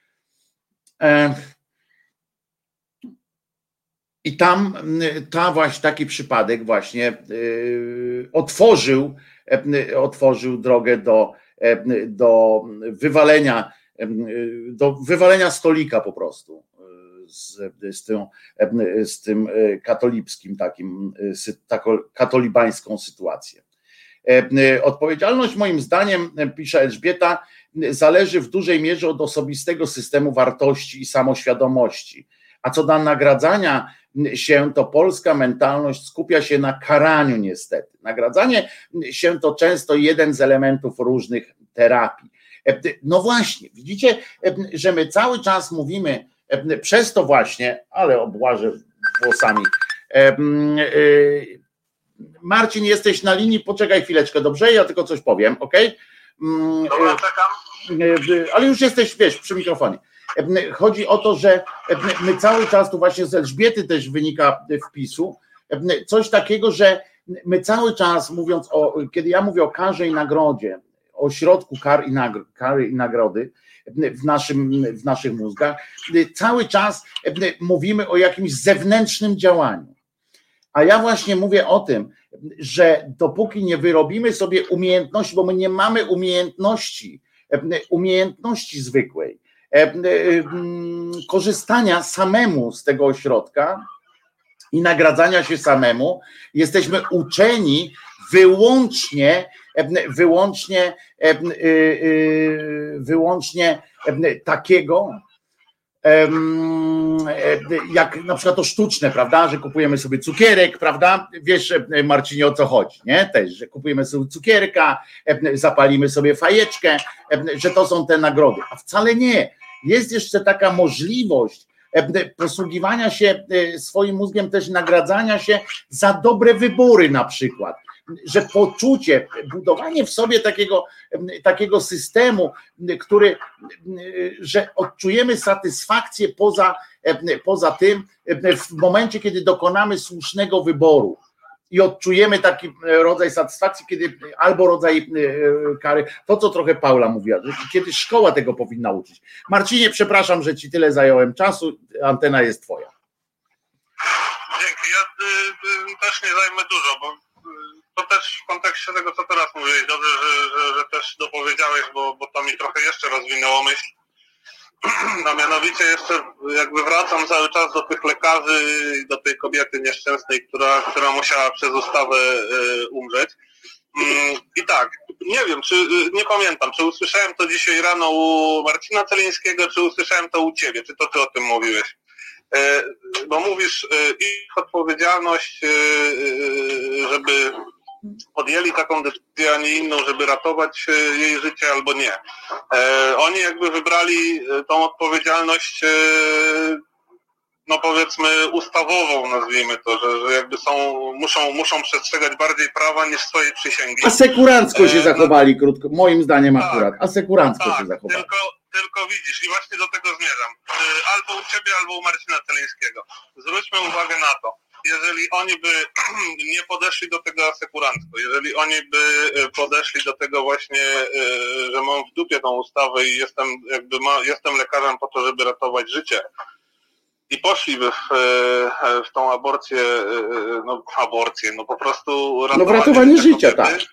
I tam ta właśnie taki przypadek właśnie otworzył, otworzył drogę do do wywalenia, do wywalenia stolika po prostu z, z, tym, z tym katolickim takim, taką katolibańską sytuację. Odpowiedzialność moim zdaniem, pisze Elżbieta, zależy w dużej mierze od osobistego systemu wartości i samoświadomości. A co do nagradzania się, to polska mentalność skupia się na karaniu niestety. Nagradzanie się to często jeden z elementów różnych terapii. No właśnie, widzicie, że my cały czas mówimy przez to właśnie, ale obłażę włosami. Marcin, jesteś na linii, poczekaj chwileczkę, dobrze? Ja tylko coś powiem, ok? Dobra, czekam. Ale już jesteś, wiesz, przy mikrofonie. Chodzi o to, że my cały czas, tu właśnie z Elżbiety też wynika wpisu, coś takiego, że my cały czas mówiąc o, kiedy ja mówię o karze i nagrodzie, o środku kar i, nagro, kary i nagrody, w, naszym, w naszych mózgach. Cały czas mówimy o jakimś zewnętrznym działaniu. A ja właśnie mówię o tym, że dopóki nie wyrobimy sobie umiejętności, bo my nie mamy umiejętności, umiejętności zwykłej, korzystania samemu z tego ośrodka i nagradzania się samemu, jesteśmy uczeni wyłącznie, wyłącznie, wyłącznie takiego, jak na przykład to sztuczne, prawda, że kupujemy sobie cukierek, prawda, wiesz, Marcinie, o co chodzi, nie, też, że kupujemy sobie cukierka, zapalimy sobie fajeczkę, że to są te nagrody, a wcale nie, jest jeszcze taka możliwość posługiwania się swoim mózgiem, też nagradzania się za dobre wybory na przykład, że poczucie, budowanie w sobie takiego, takiego systemu, który, że odczujemy satysfakcję poza, poza tym w momencie, kiedy dokonamy słusznego wyboru i odczujemy taki rodzaj satysfakcji, kiedy albo rodzaj kary, to co trochę Paula mówiła, kiedy szkoła tego powinna uczyć. Marcinie, przepraszam, że ci tyle zająłem czasu, antena jest twoja. Dzięki, ja y, y, też nie zajmę dużo, bo to też w kontekście tego, co teraz mówiłeś, dobrze, że, że, że też dopowiedziałeś, bo, bo to mi trochę jeszcze rozwinęło myśl. A mianowicie jeszcze jakby wracam cały czas do tych lekarzy i do tej kobiety nieszczęsnej, która, która musiała przez ustawę y, umrzeć. Mm, I tak, nie wiem, czy nie pamiętam, czy usłyszałem to dzisiaj rano u Marcina Celińskiego, czy usłyszałem to u ciebie, czy to ty o tym mówiłeś. Bo mówisz, ich odpowiedzialność, żeby podjęli taką decyzję, a nie inną, żeby ratować jej życie albo nie. Oni jakby wybrali tą odpowiedzialność, no powiedzmy ustawową, nazwijmy to, że, że jakby są, muszą, muszą przestrzegać bardziej prawa niż swojej przysięgi. Asekurancko się zachowali, krótko, moim zdaniem akurat, asekurancko tak, się zachowali. Tylko, tylko widzisz, i właśnie do tego zmierzam, albo u ciebie, albo u Marcina Celińskiego. Zwróćmy uwagę na to, jeżeli oni by nie podeszli do tego asekurancko, jeżeli oni by podeszli do tego właśnie, że mam w dupie tą ustawę i jestem jakby ma, jestem lekarzem po to, żeby ratować życie, i poszliby w, w tą aborcję, no aborcję, no po prostu no w ratowanie życia, kobiety, tak.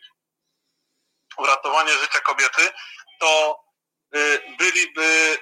W ratowanie życia kobiety, to byliby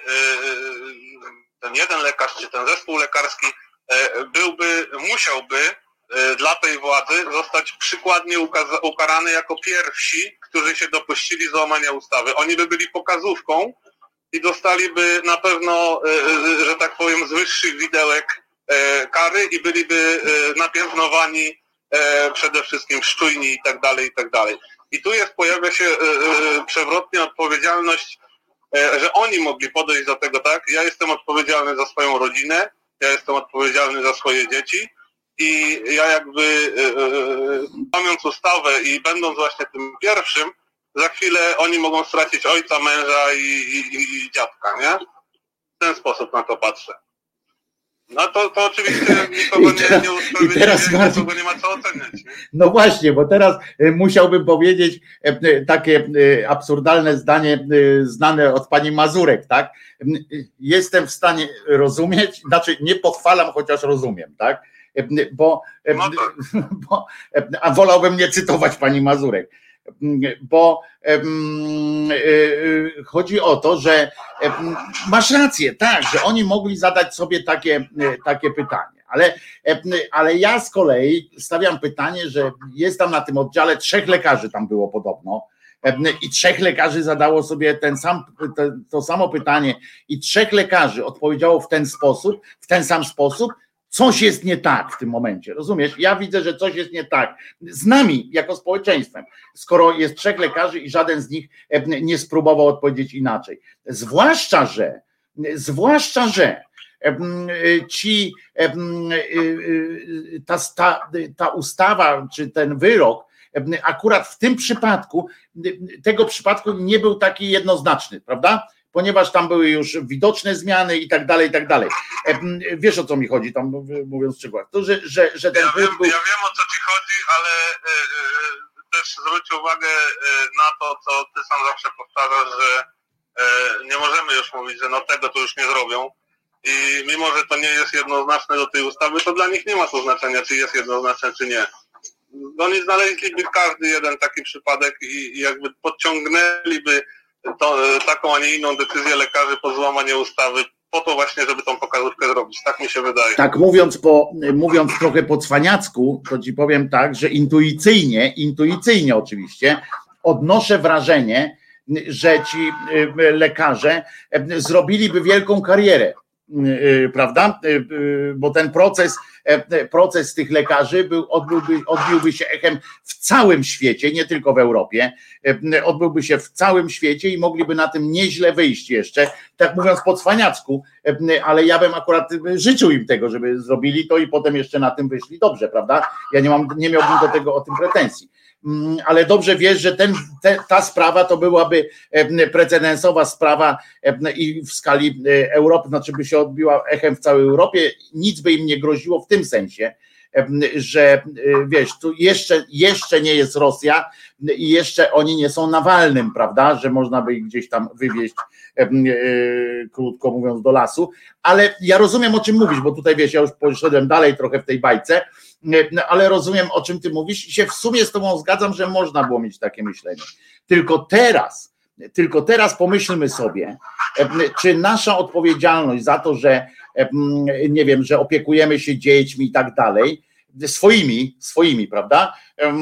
ten jeden lekarz, czy ten zespół lekarski byłby, musiałby dla tej władzy zostać przykładnie ukarany jako pierwsi, którzy się dopuścili złamania ustawy. Oni by byli pokazówką i dostaliby na pewno, że tak powiem, z wyższych widełek kary i byliby napiętnowani przede wszystkim szczujni i tak dalej, i tak dalej. I tu jest, pojawia się przewrotnie odpowiedzialność, że oni mogli podejść do tego, tak, ja jestem odpowiedzialny za swoją rodzinę, ja jestem odpowiedzialny za swoje dzieci i ja jakby łamiąc ustawę i będąc właśnie tym pierwszym, za chwilę oni mogą stracić ojca, męża i, i, i dziadka, nie? W ten sposób na to patrzę. No to, to oczywiście nikogo teraz, nie, nie usprawiedliwia, nikogo nie ma co oceniać. Nie? No właśnie, bo teraz musiałbym powiedzieć takie absurdalne zdanie znane od pani Mazurek, tak? Jestem w stanie rozumieć, znaczy nie pochwalam, chociaż rozumiem, tak? Bo, no tak. bo a wolałbym nie cytować pani Mazurek. Bo um, y, chodzi o to, że um, masz rację, tak, że oni mogli zadać sobie takie, takie pytanie, ale, ale ja z kolei stawiam pytanie, że jest tam na tym oddziale trzech lekarzy, tam było podobno, i trzech lekarzy zadało sobie ten sam, to, to samo pytanie i trzech lekarzy odpowiedziało w ten sposób, w ten sam sposób. Coś jest nie tak w tym momencie, rozumiesz? Ja widzę, że coś jest nie tak z nami jako społeczeństwem, skoro jest trzech lekarzy i żaden z nich nie spróbował odpowiedzieć inaczej. Zwłaszcza, że zwłaszcza, że ci ta, ta, ta ustawa czy ten wyrok akurat w tym przypadku, tego przypadku nie był taki jednoznaczny, prawda? Ponieważ tam były już widoczne zmiany i tak dalej, i tak dalej. Wiesz, o co mi chodzi, tam mówiąc w szczegółach. To, że, że, że ten ja, wiem, był... ja wiem, o co ci chodzi, ale yy, też zwróć uwagę na to, co ty sam zawsze powtarzasz, że nie możemy już mówić, że no tego to już nie zrobią i mimo, że to nie jest jednoznaczne do tej ustawy, to dla nich nie ma to znaczenia, czy jest jednoznaczne, czy nie. Oni znaleźliby każdy jeden taki przypadek i jakby podciągnęliby to, taką, a nie inną decyzję lekarzy po złamaniu ustawy po to właśnie, żeby tą pokazówkę zrobić. Tak mi się wydaje. Tak mówiąc po, mówiąc trochę po cwaniacku, to ci powiem tak, że intuicyjnie, intuicyjnie oczywiście, odnoszę wrażenie, że ci lekarze zrobiliby wielką karierę, prawda? Bo ten proces, proces tych lekarzy był, odbyłby, odbiłby się echem w całym świecie, nie tylko w Europie, odbyłby się w całym świecie i mogliby na tym nieźle wyjść jeszcze, tak mówiąc po cwaniacku, ale ja bym akurat życzył im tego, żeby zrobili to i potem jeszcze na tym wyszli dobrze, prawda? Ja nie mam, nie miałbym do tego o tym pretensji. Ale dobrze wiesz, że ten, te, ta sprawa to byłaby precedensowa sprawa i w skali Europy, znaczy by się odbiła echem w całej Europie, nic by im nie groziło w tym sensie, że wiesz, tu jeszcze, jeszcze nie jest Rosja i jeszcze oni nie są Nawalnym, prawda, że można by ich gdzieś tam wywieźć, krótko mówiąc, do lasu, ale ja rozumiem, o czym mówisz, bo tutaj wiesz, ja już poszedłem dalej trochę w tej bajce, ale rozumiem, o czym ty mówisz i się w sumie z tobą zgadzam, że można było mieć takie myślenie. Tylko teraz, tylko teraz pomyślmy sobie, czy nasza odpowiedzialność za to, że nie wiem, że opiekujemy się dziećmi i tak dalej, swoimi, swoimi, prawda,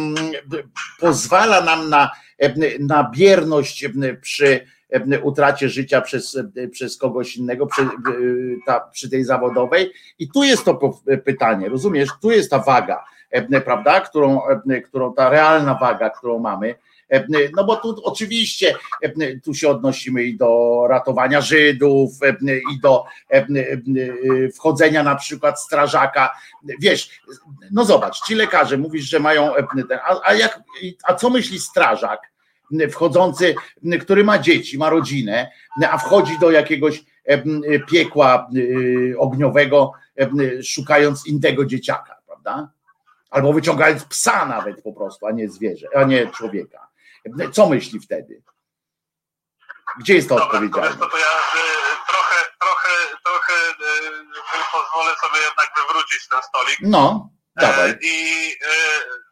pozwala nam na, na bierność przy utracie życia przez, przez kogoś innego, przy, ta, przy tej zawodowej. I tu jest to pytanie, rozumiesz, tu jest ta waga, prawda, którą, którą ta realna waga, którą mamy. No bo tu oczywiście tu się odnosimy i do ratowania Żydów, i do wchodzenia na przykład strażaka. Wiesz, no zobacz, ci lekarze mówisz, że mają, a, a, jak, a co myśli strażak wchodzący, który ma dzieci, ma rodzinę, a wchodzi do jakiegoś piekła ogniowego, szukając innego dzieciaka, prawda? Albo wyciągając psa nawet po prostu, a nie zwierzę, a nie człowieka. Co myśli wtedy? Gdzie jest to odpowiedzialność? To, to ja y, trochę, trochę, trochę y, pozwolę sobie jednak wywrócić ten stolik. No, dawaj. E, I y,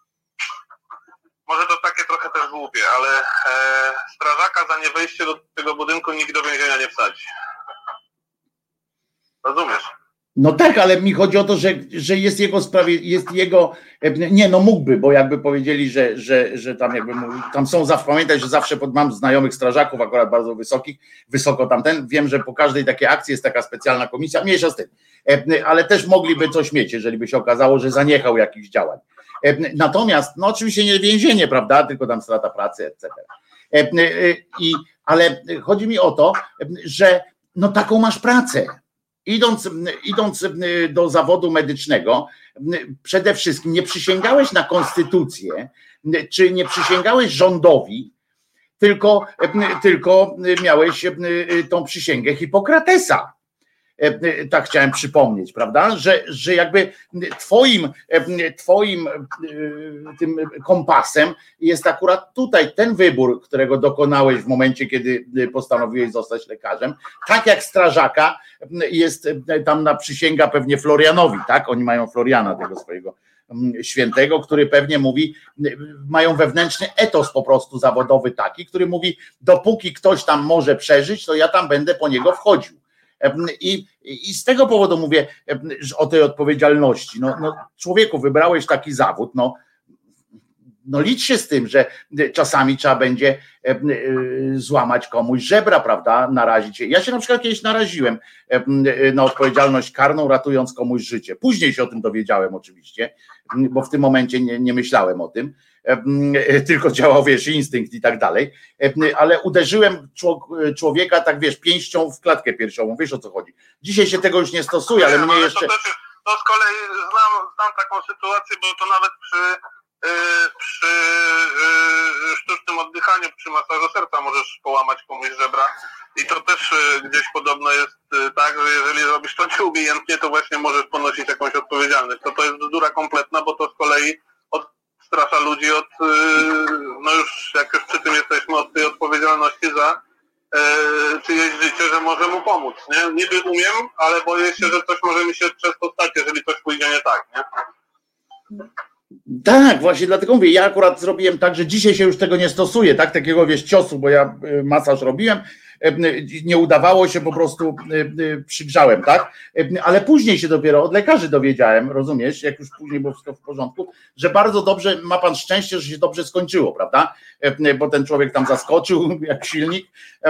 może to takie trochę też głupie, ale e, strażaka za nie wejście do tego budynku nikt do więzienia nie wsadzi. Rozumiesz? No tak, ale mi chodzi o to, że, że jest jego sprawie, jest jego, nie no mógłby, bo jakby powiedzieli, że, że, że tam jakby, tam są, pamiętaj, że zawsze pod, mam znajomych strażaków akurat bardzo wysokich, wysoko tamten, wiem, że po każdej takiej akcji jest taka specjalna komisja, mniejsza z tym, ale też mogliby coś mieć, jeżeli by się okazało, że zaniechał jakichś działań. Natomiast, no oczywiście nie więzienie, prawda, tylko tam strata pracy, et cetera. I, ale chodzi mi o to, że no taką masz pracę. Idąc, idąc do zawodu medycznego, przede wszystkim nie przysięgałeś na konstytucję, czy nie przysięgałeś rządowi, tylko, tylko miałeś tą przysięgę Hipokratesa. Tak chciałem przypomnieć, prawda, że, że jakby twoim, twoim tym kompasem jest akurat tutaj ten wybór, którego dokonałeś w momencie, kiedy postanowiłeś zostać lekarzem, tak jak strażaka jest tam na przysięga pewnie Florianowi, tak, oni mają Floriana tego swojego świętego, który pewnie mówi, mają wewnętrzny etos po prostu zawodowy taki, który mówi, dopóki ktoś tam może przeżyć, to ja tam będę po niego wchodził. I, I z tego powodu mówię o tej odpowiedzialności. No, no, człowieku, wybrałeś taki zawód, no, no licz się z tym, że czasami trzeba będzie złamać komuś żebra, prawda, narazić się. Ja się na przykład kiedyś naraziłem na odpowiedzialność karną, ratując komuś życie. Później się o tym dowiedziałem oczywiście, bo w tym momencie nie, nie myślałem o tym, tylko działał, wiesz, instynkt i tak dalej, ale uderzyłem człowieka, tak wiesz, pięścią w klatkę piersiową, wiesz o co chodzi. Dzisiaj się tego już nie stosuje, ale mnie jeszcze... To, też, to z kolei znam, znam taką sytuację, bo to nawet przy, przy sztucznym oddychaniu, przy masażu serca możesz połamać komuś żebra i to też gdzieś podobno jest tak, że jeżeli robisz to nieumiejętnie, to właśnie możesz ponosić jakąś odpowiedzialność. To to jest bzdura kompletna, bo to z kolei odstrasza ludzi od, no już jak już przy tym jesteśmy, od tej odpowiedzialności za czyjeś życie, że może mu pomóc, nie? Niby umiem, ale boję się, że coś może mi się przez to stać, jeżeli coś pójdzie nie tak, nie? Tak, właśnie dlatego mówię, ja akurat zrobiłem tak, że dzisiaj się już tego nie stosuję, tak, takiego wiesz ciosu, bo ja masaż robiłem, nie udawało się, po prostu przygrzałem, tak, ale później się dopiero od lekarzy dowiedziałem, rozumiesz, jak już później było wszystko w porządku, że bardzo dobrze, ma pan szczęście, że się dobrze skończyło, prawda, bo ten człowiek tam zaskoczył jak silnik,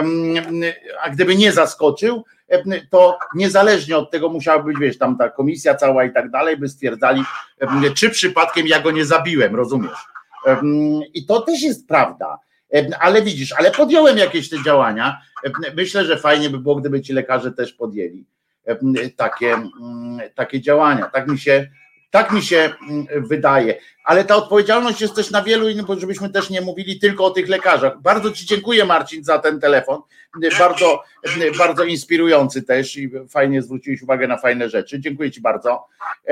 a gdyby nie zaskoczył, to niezależnie od tego musiała być, wiesz, tam ta komisja cała i tak dalej, by stwierdzali, czy przypadkiem ja go nie zabiłem, rozumiesz? I to też jest prawda, ale widzisz, ale podjąłem jakieś te działania, myślę, że fajnie by było, gdyby ci lekarze też podjęli takie, takie działania, tak mi się Tak mi się wydaje, ale ta odpowiedzialność jest też na wielu innych, bo żebyśmy też nie mówili tylko o tych lekarzach. Bardzo ci dziękuję, Marcin, za ten telefon, bardzo, bardzo inspirujący też i fajnie zwróciłeś uwagę na fajne rzeczy. Dziękuję ci bardzo,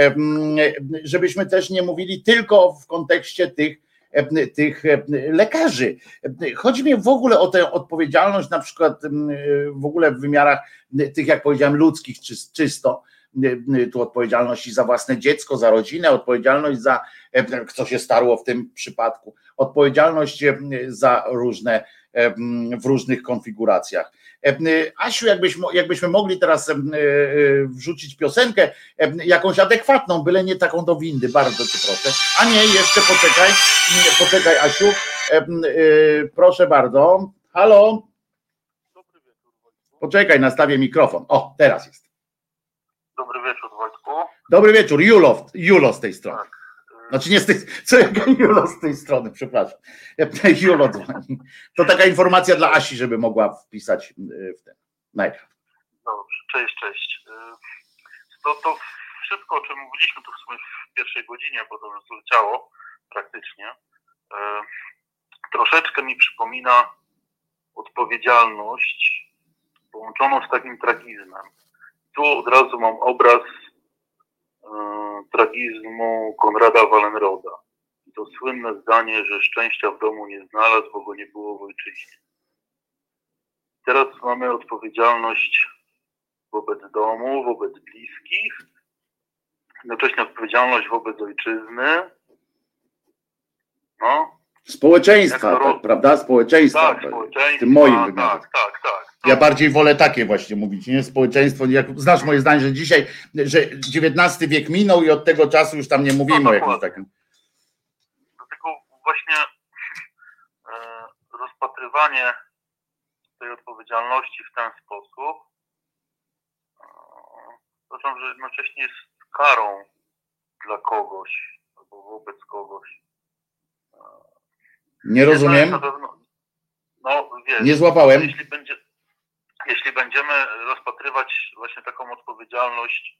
żebyśmy też nie mówili tylko w kontekście tych, tych lekarzy. Chodzi mi w ogóle o tę odpowiedzialność, na przykład w ogóle w wymiarach tych, jak powiedziałem, ludzkich czysto, tu odpowiedzialność za własne dziecko, za rodzinę, odpowiedzialność za, co się starło w tym przypadku, odpowiedzialność za różne, w różnych konfiguracjach. Asiu, jakbyśmy, jakbyśmy mogli teraz wrzucić piosenkę, jakąś adekwatną, byle nie taką do windy, bardzo cię proszę. A nie, jeszcze poczekaj, poczekaj Asiu, proszę bardzo. Halo? Poczekaj, nastawię mikrofon. O, teraz jest. Dobry wieczór, Wojtku. Dobry wieczór, Julo, Julo z tej strony. Znaczy nie z tej, co jak Julo z tej strony, przepraszam. Julo dzwoni. To taka informacja dla Asi, żeby mogła wpisać w ten na ekran. Dobrze, cześć, cześć. To, to wszystko, o czym mówiliśmy tu w sumie w pierwszej godzinie, bo to już zleciało praktycznie, troszeczkę mi przypomina odpowiedzialność połączoną z takim tragizmem. Tu od razu mam obraz e, tragizmu Konrada Wallenroda. I to słynne zdanie, że szczęścia w domu nie znalazł, bo go nie było w ojczyźnie. Teraz mamy odpowiedzialność wobec domu, wobec bliskich, jednocześnie odpowiedzialność wobec ojczyzny. No. Społeczeństwa, to... tak, prawda? Społeczeństwa. Tak, społeczeństwa, w tym moim wymiarze. tak, tak, tak. Ja bardziej wolę takie właśnie mówić, nie? Społeczeństwo, jak znasz moje zdanie, że dzisiaj, że dziewiętnasty wiek minął i od tego czasu już tam nie mówimy no, o jakimś takim. Dlatego właśnie e, rozpatrywanie tej odpowiedzialności w ten sposób e, uważam, że jednocześnie jest karą dla kogoś albo wobec kogoś. E, nie rozumiem. Pewno, no, wiesz, nie złapałem. Jeśli będzie, Jeśli będziemy rozpatrywać właśnie taką odpowiedzialność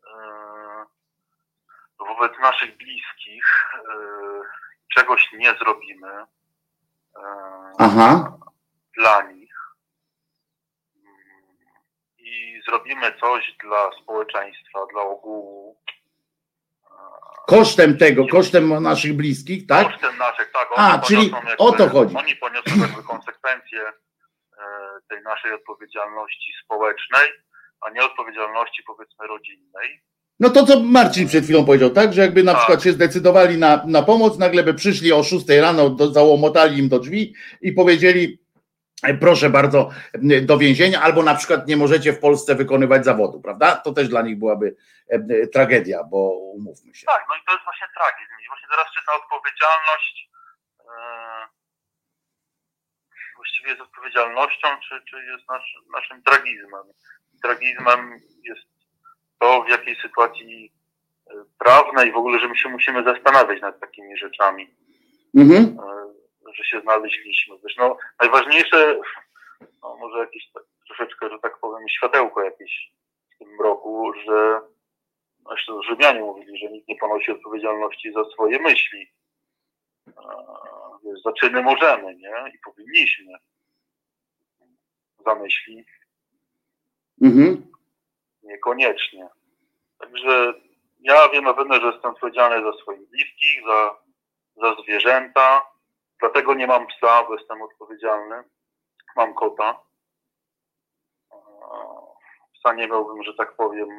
yy, wobec naszych bliskich, yy, czegoś nie zrobimy yy, Aha. dla nich yy, i zrobimy coś dla społeczeństwa, dla ogółu. Yy, kosztem tego, kosztem naszych bliskich, tak? Kosztem naszych, tak. A, czyli jakby, o to chodzi. Oni poniosą jakby konsekwencje tej naszej odpowiedzialności społecznej, a nie odpowiedzialności powiedzmy rodzinnej. No to co Marcin przed chwilą powiedział, tak? Że jakby na tak. przykład się zdecydowali na, na pomoc, nagle by przyszli o szóstej rano, do, załomotali im do drzwi i powiedzieli proszę bardzo do więzienia, albo na przykład nie możecie w Polsce wykonywać zawodu, prawda? To też dla nich byłaby e, tragedia, bo umówmy się. Tak, no i to jest właśnie tragizm. I właśnie teraz czy ta odpowiedzialność e, właściwie jest odpowiedzialnością, czy, czy jest nasz, naszym tragizmem. Tragizmem jest to, w jakiej sytuacji prawnej w ogóle, że my się musimy zastanawiać nad takimi rzeczami, mhm. że się znaleźliśmy. Wiesz, no, najważniejsze, no, może jakieś tak, troszeczkę, że tak powiem, światełko jakieś w tym roku, że no, Rzymianie mówili, że nikt nie ponosi odpowiedzialności za swoje myśli. Wiesz, za czyny możemy, nie? I powinniśmy. Za myśli mhm. niekoniecznie. Także ja wiem na pewno, że jestem odpowiedzialny za swoich bliskich, za, za zwierzęta. Dlatego nie mam psa, bo jestem odpowiedzialny. Mam kota. w stanie byłbym, że tak powiem,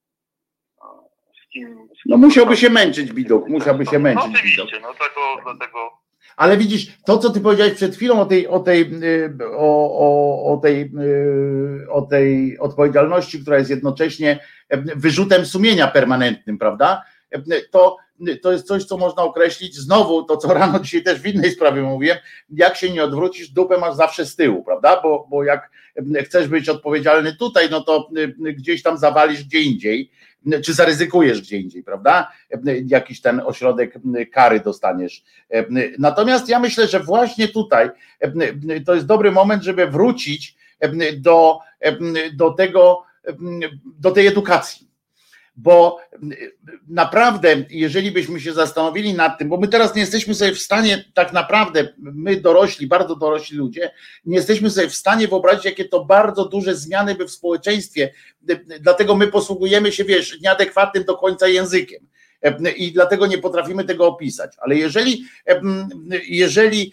z kim... Z kim no musiałby się męczyć Widok, musiałby się męczyć. No oczywiście, no tego, dlatego... Ale widzisz, to co ty powiedziałeś przed chwilą o tej, o tej, o, o, o tej, o tej odpowiedzialności, która jest jednocześnie wyrzutem sumienia permanentnym, prawda? To, to jest coś, co można określić znowu, to co rano dzisiaj też w innej sprawie mówiłem, jak się nie odwrócisz, dupę masz zawsze z tyłu, prawda? Bo, bo jak chcesz być odpowiedzialny tutaj, no to gdzieś tam zawalisz gdzie indziej, czy zaryzykujesz gdzie indziej, prawda? Jakiś ten ośrodek kary dostaniesz. Natomiast ja myślę, że właśnie tutaj to jest dobry moment, żeby wrócić do, do tego, do tej edukacji. Bo naprawdę, jeżeli byśmy się zastanowili nad tym, bo my teraz nie jesteśmy sobie w stanie, tak naprawdę, my dorośli, bardzo dorośli ludzie, nie jesteśmy sobie w stanie wyobrazić, jakie to bardzo duże zmiany by w społeczeństwie, dlatego my posługujemy się, wiesz, nieadekwatnym do końca językiem i dlatego nie potrafimy tego opisać, ale jeżeli, jeżeli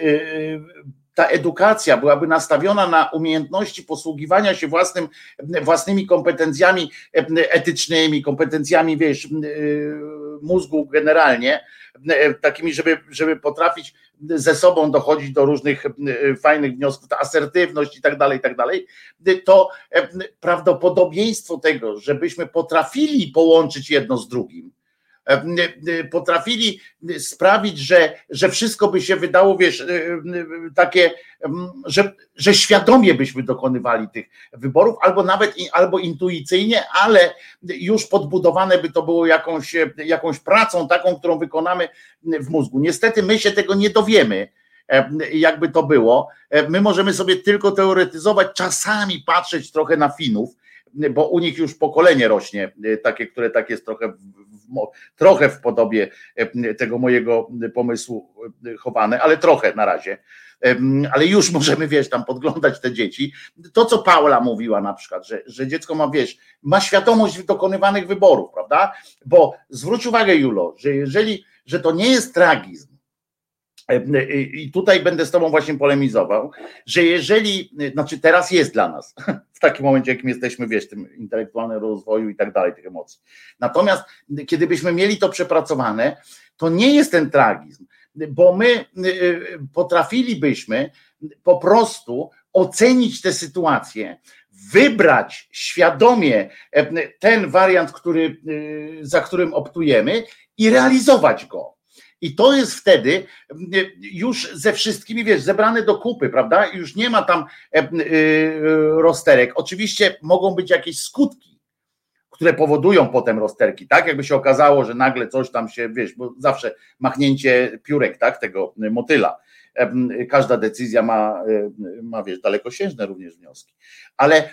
ta edukacja byłaby nastawiona na umiejętności posługiwania się własnym, własnymi kompetencjami etycznymi, kompetencjami, wiesz, mózgu generalnie, takimi, żeby, żeby potrafić ze sobą dochodzić do różnych fajnych wniosków, ta asertywność i tak dalej, i tak dalej, to prawdopodobieństwo tego, żebyśmy potrafili połączyć jedno z drugim, potrafili sprawić, że, że wszystko by się wydało, wiesz, takie, że, że świadomie byśmy dokonywali tych wyborów, albo nawet albo intuicyjnie, ale już podbudowane by to było jakąś, jakąś pracą taką, którą wykonamy w mózgu. Niestety my się tego nie dowiemy, jakby to było. My możemy sobie tylko teoretyzować, czasami patrzeć trochę na Finów, bo u nich już pokolenie rośnie, takie, które tak jest trochę w, w, trochę w podobie tego mojego pomysłu chowane, ale trochę na razie. Ale już możemy, wiesz, tam podglądać te dzieci. To, co Paula mówiła na przykład, że, że dziecko ma, wiesz, ma świadomość dokonywanych wyborów, prawda? Bo zwróć uwagę, Julo, że jeżeli, że to nie jest tragizm, i tutaj będę z tobą właśnie polemizował, że jeżeli, znaczy teraz jest dla nas, w takim momencie, jakim jesteśmy, wiesz, tym intelektualnym rozwoju i tak dalej, tych emocji. Natomiast kiedy byśmy mieli to przepracowane, to nie jest ten tragizm, bo my potrafilibyśmy po prostu ocenić tę sytuację, wybrać świadomie ten wariant, który, za którym optujemy i realizować go. I to jest wtedy już ze wszystkimi, wiesz, zebrane do kupy, prawda? Już nie ma tam rozterek. Oczywiście mogą być jakieś skutki, które powodują potem rozterki, tak? Jakby się okazało, że nagle coś tam się, wiesz, bo zawsze machnięcie piórek, tak? Tego motyla. Każda decyzja ma, ma, wiesz, dalekosiężne również wnioski. Ale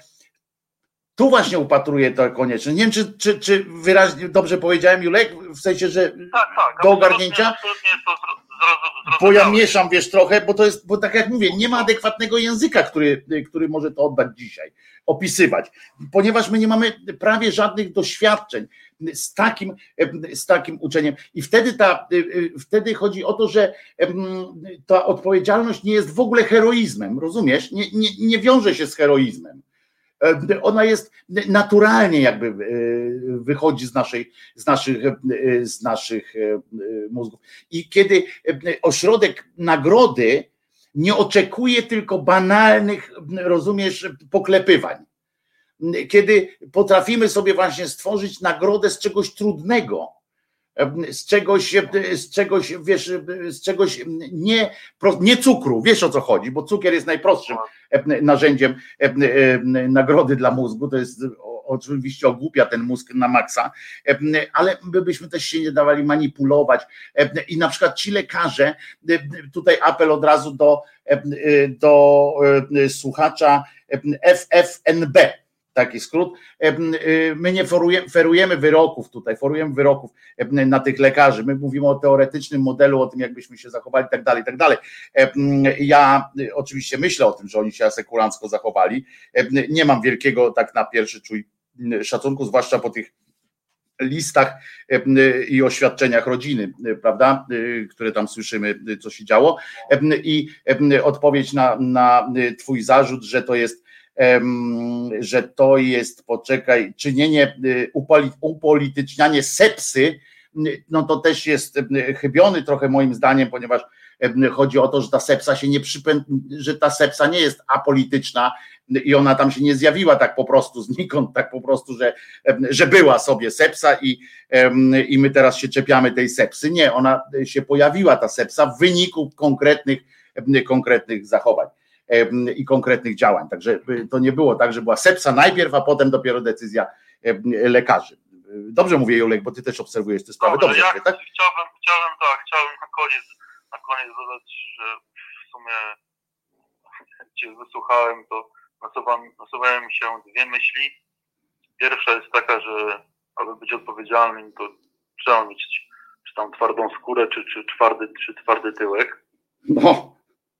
tu właśnie upatruję to koniecznie. Nie wiem, czy, czy, czy wyraźnie dobrze powiedziałem, Julek, w sensie, że tak, tak, do ogarnięcia, absolutnie to zro, bo ja mieszam, wiesz, trochę, bo to jest, bo tak jak mówię, nie ma adekwatnego języka, który, który może to oddać dzisiaj, opisywać, ponieważ my nie mamy prawie żadnych doświadczeń z takim, z takim uczeniem i wtedy, ta, wtedy chodzi o to, że ta odpowiedzialność nie jest w ogóle heroizmem, rozumiesz? Nie, nie, nie wiąże się z heroizmem. Ona jest naturalnie jakby wychodzi z naszej, z naszych, z naszych mózgów. I kiedy ośrodek nagrody nie oczekuje tylko banalnych, rozumiesz, poklepywań. Kiedy potrafimy sobie właśnie stworzyć nagrodę z czegoś trudnego, z czegoś, z czegoś, wiesz, z czegoś nie, nie cukru, wiesz o co chodzi, bo cukier jest najprostszym narzędziem nagrody dla mózgu, to jest oczywiście ogłupia ten mózg na maksa, ale my byśmy też się nie dawali manipulować i na przykład ci lekarze, tutaj apel od razu do, do słuchacza F F N B, taki skrót, my nie forujemy, ferujemy wyroków tutaj, forujemy wyroków na tych lekarzy, my mówimy o teoretycznym modelu, o tym jakbyśmy się zachowali i tak dalej, i tak dalej. Ja oczywiście myślę o tym, że oni się asekurancko zachowali, nie mam wielkiego tak na pierwszy czuj szacunku, zwłaszcza po tych listach i oświadczeniach rodziny, prawda, które tam słyszymy, co się działo i odpowiedź na, na twój zarzut, że to jest że to jest, poczekaj, czynienie, upolitycznianie sepsy, no to też jest chybiony trochę moim zdaniem, ponieważ chodzi o to, że ta sepsa się nie przypę... że ta sepsa nie jest apolityczna i ona tam się nie zjawiła tak po prostu znikąd, tak po prostu, że, że była sobie sepsa i, i my teraz się czepiamy tej sepsy. Nie, ona się pojawiła, ta sepsa, w wyniku konkretnych, konkretnych zachowań i konkretnych działań. Także to nie było tak, że była sepsa najpierw, a potem dopiero decyzja lekarzy. Dobrze mówię, Julek, bo ty też obserwujesz te sprawy. Dobrze, Dobrze, ja tak? Chciałbym, chciałbym, tak, chciałbym na koniec, na koniec dodać, że w sumie cię wysłuchałem, to nasuwa, nasuwają mi się dwie myśli. Pierwsza jest taka, że aby być odpowiedzialnym, to trzeba mieć czy tam twardą skórę, czy, czy, twardy, czy twardy tyłek. No.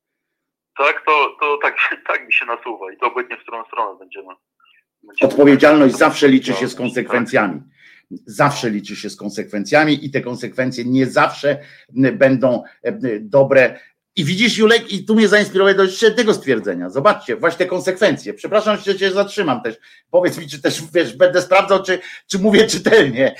Tak, to, to tak, tak mi się nasuwa i to obojętnie w którą stronę będziemy. będziemy Odpowiedzialność zawsze liczy się z konsekwencjami. Zawsze liczy się z konsekwencjami i te konsekwencje nie zawsze będą dobre. I widzisz, Julek, i tu mnie zainspirowało do jeszcze jednego stwierdzenia. Zobaczcie, właśnie te konsekwencje. Przepraszam, że cię zatrzymam też. Powiedz mi, czy też, wiesz, będę sprawdzał, czy, czy mówię czytelnie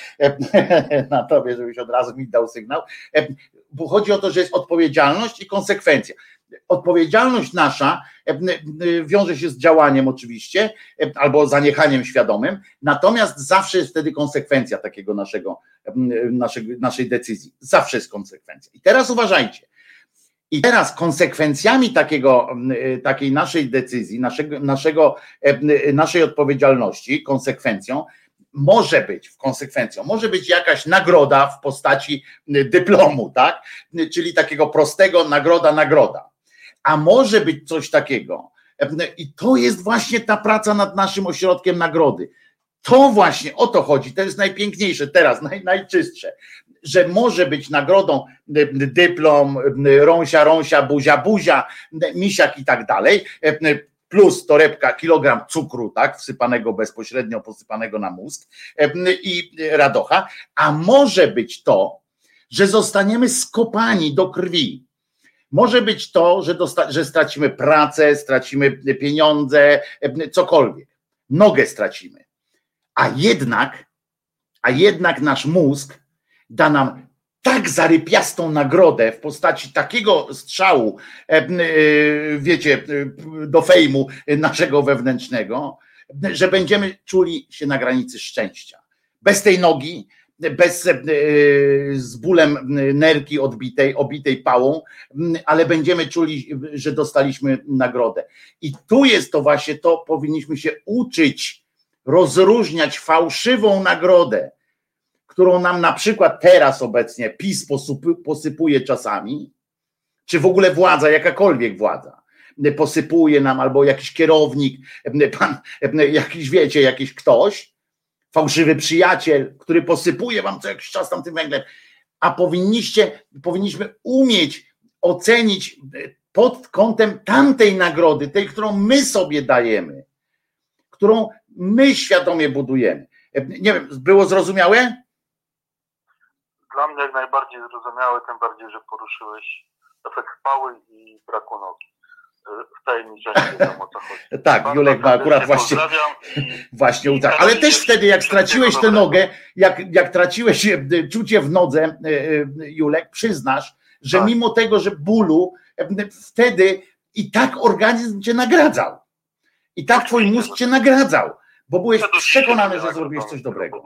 na tobie, żebyś od razu mi dał sygnał. Bo chodzi o to, że jest odpowiedzialność i konsekwencja. Odpowiedzialność nasza wiąże się z działaniem oczywiście, albo zaniechaniem świadomym, natomiast zawsze jest wtedy konsekwencja takiego naszego, naszego, naszej decyzji. Zawsze jest konsekwencja. I teraz uważajcie. I teraz konsekwencjami takiego, takiej naszej decyzji, naszego, naszego, naszej odpowiedzialności, konsekwencją może być, w konsekwencją, może być jakaś nagroda w postaci dyplomu, tak? Czyli takiego prostego nagroda, nagroda. A może być coś takiego, i to jest właśnie ta praca nad naszym ośrodkiem nagrody. To właśnie o to chodzi, to jest najpiękniejsze teraz, naj, najczystsze, że może być nagrodą dyplom, rąsia, rąsia, buzia, buzia, misiak i tak dalej, plus torebka, kilogram cukru, tak, wsypanego bezpośrednio, posypanego na mózg i radocha, a może być to, że zostaniemy skopani do krwi. Może być to, że, dosta- że stracimy pracę, stracimy pieniądze, cokolwiek. Nogę stracimy. A jednak, a jednak nasz mózg da nam tak zarypiastą nagrodę w postaci takiego strzału, wiecie, do fejmu naszego wewnętrznego, że będziemy czuli się na granicy szczęścia. Bez tej nogi, bez, z bólem nerki odbitej, obitej pałą, ale będziemy czuli, że dostaliśmy nagrodę. I tu jest to właśnie to, powinniśmy się uczyć rozróżniać fałszywą nagrodę, którą nam na przykład teraz obecnie PiS posypuje czasami, czy w ogóle władza, jakakolwiek władza, posypuje nam, albo jakiś kierownik, pan, jakiś, wiecie, jakiś ktoś, fałszywy przyjaciel, który posypuje wam co jakiś czas tam tym węglem, a powinniście, powinniśmy umieć ocenić pod kątem tamtej nagrody, tej, którą my sobie dajemy, którą my świadomie budujemy. Nie wiem, było zrozumiałe? Dla mnie jak najbardziej zrozumiałe, tym bardziej, że poruszyłeś efekt pały i braku nogi. W tajemniczeniu nie wiem, o co chodzi. Tak, bardzo Julek ma akurat właśnie, właśnie i tak. Ale też wtedy, jak straciłeś tę nogę, jak, jak traciłeś czucie w nodze, Julek, przyznasz, że tak. Mimo tego, że bólu, wtedy i tak organizm cię nagradzał. I tak twój mózg cię nagradzał, bo byłeś przekonany, że zrobiłeś coś dobrego.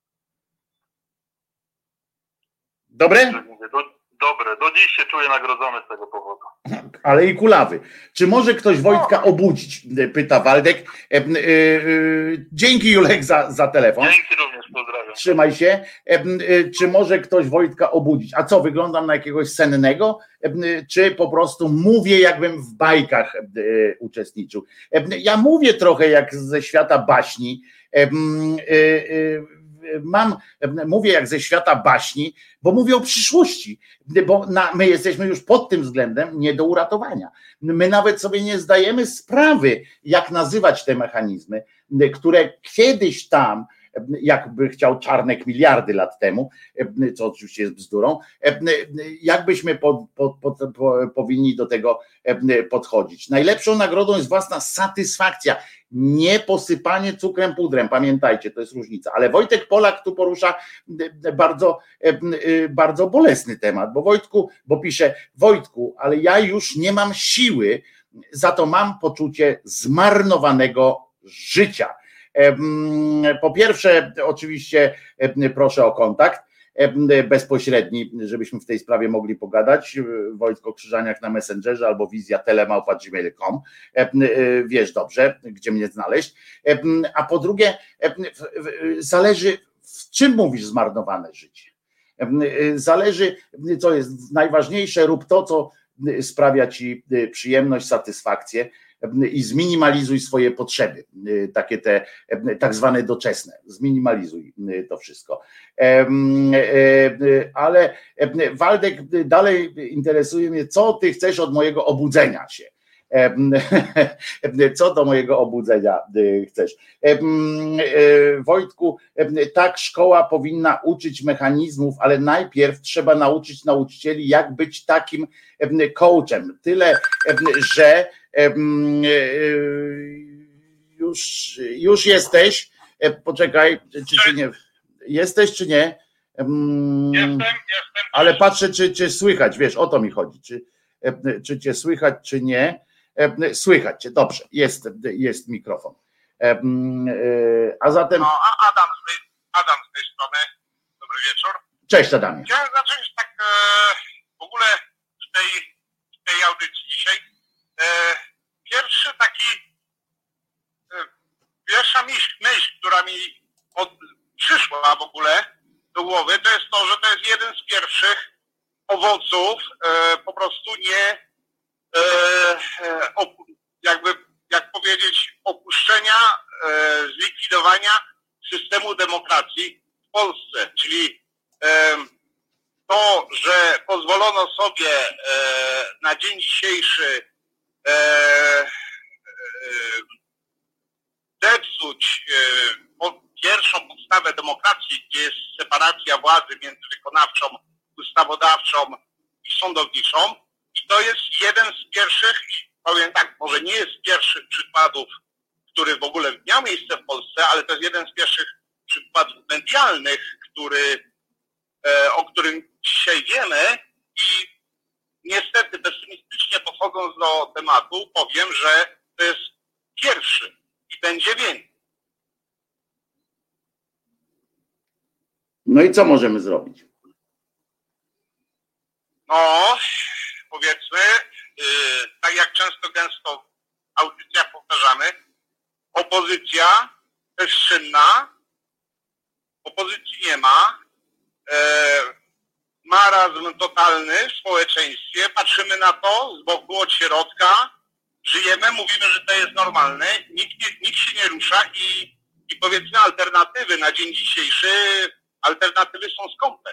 Dobre? Dobre, do dziś się czuję nagrodzony z tego powodu. Ale i kulawy. Czy może ktoś Wojtka obudzić? Pyta Waldek. E, e, e, dzięki Julek za, za telefon. Dzięki również, pozdrawiam. Trzymaj się. E, e, czy może ktoś Wojtka obudzić? A co, wyglądam na jakiegoś sennego? E, czy po prostu mówię, jakbym w bajkach e, uczestniczył? E, ja mówię trochę jak ze świata baśni. E, e, e, Mam, mówię jak ze świata baśni, bo mówię o przyszłości, bo na, my jesteśmy już pod tym względem nie do uratowania. My nawet sobie nie zdajemy sprawy, jak nazywać te mechanizmy, które kiedyś tam jakby chciał Czarnek miliardy lat temu, co oczywiście jest bzdurą, jakbyśmy po, po, po, po, powinni do tego podchodzić. Najlepszą nagrodą jest własna satysfakcja, nie posypanie cukrem pudrem, pamiętajcie, to jest różnica. Ale Wojtek Polak tu porusza bardzo, bardzo bolesny temat, bo Wojtku, bo pisze, Wojtku, ale ja już nie mam siły, za to mam poczucie zmarnowanego życia. Po pierwsze, oczywiście proszę o kontakt bezpośredni, żebyśmy w tej sprawie mogli pogadać. Wojtko Krzyżaniak na Messengerze albo wizja telemałpa gmail kropka com. Wiesz dobrze, gdzie mnie znaleźć. A po drugie, zależy, w czym mówisz zmarnowane życie. Zależy, co jest najważniejsze, rób to, co sprawia ci przyjemność, satysfakcję i zminimalizuj swoje potrzeby, takie te tak zwane doczesne, zminimalizuj to wszystko. Ale Waldek, dalej interesuje mnie, co ty chcesz od mojego obudzenia się. Co do mojego obudzenia chcesz? Wojtku, tak, szkoła powinna uczyć mechanizmów, ale najpierw trzeba nauczyć nauczycieli, jak być takim coachem. Tyle, że już, już jesteś. Poczekaj, czy, czy nie? Jesteś, czy nie? Jestem, jestem. Ale patrzę, czy cię słychać, wiesz, o to mi chodzi. Czy, czy cię słychać, czy nie? Słychać cię, dobrze, jest, jest mikrofon. A zatem. No, Adam, Adam z tej strony. Dobry wieczór. Cześć, Adamie. Chciałem zacząć tak e, w ogóle w tej, w tej audycji dzisiaj. E, pierwszy taki, e, pierwsza myśl, myśl, która mi od, przyszła w ogóle do głowy, to jest to, że to jest jeden z pierwszych owoców e, po prostu nie E, e, op, jakby, jak powiedzieć, opuszczenia, e, zlikwidowania systemu demokracji w Polsce, czyli e, to, że pozwolono sobie e, na dzień dzisiejszy e, e, zepsuć e, po, pierwszą podstawę demokracji, gdzie jest separacja władzy między wykonawczą, ustawodawczą i sądowniczą. I to jest jeden z pierwszych, powiem tak, może nie jest z pierwszych przykładów, który w ogóle miał miejsce w Polsce, ale to jest jeden z pierwszych przykładów medialnych, który, e, o którym dzisiaj wiemy i niestety pesymistycznie podchodząc do tematu powiem, że to jest pierwszy i będzie więcej. No i co możemy zrobić? No, powiedzmy, yy, tak jak często gęsto w audycjach powtarzamy, opozycja bezczynna, opozycji nie ma, yy, marazm totalny w społeczeństwie, patrzymy na to z boku, od środka, żyjemy, mówimy, że to jest normalne, nikt, nie, nikt się nie rusza i, i powiedzmy alternatywy na dzień dzisiejszy, alternatywy są skąpe.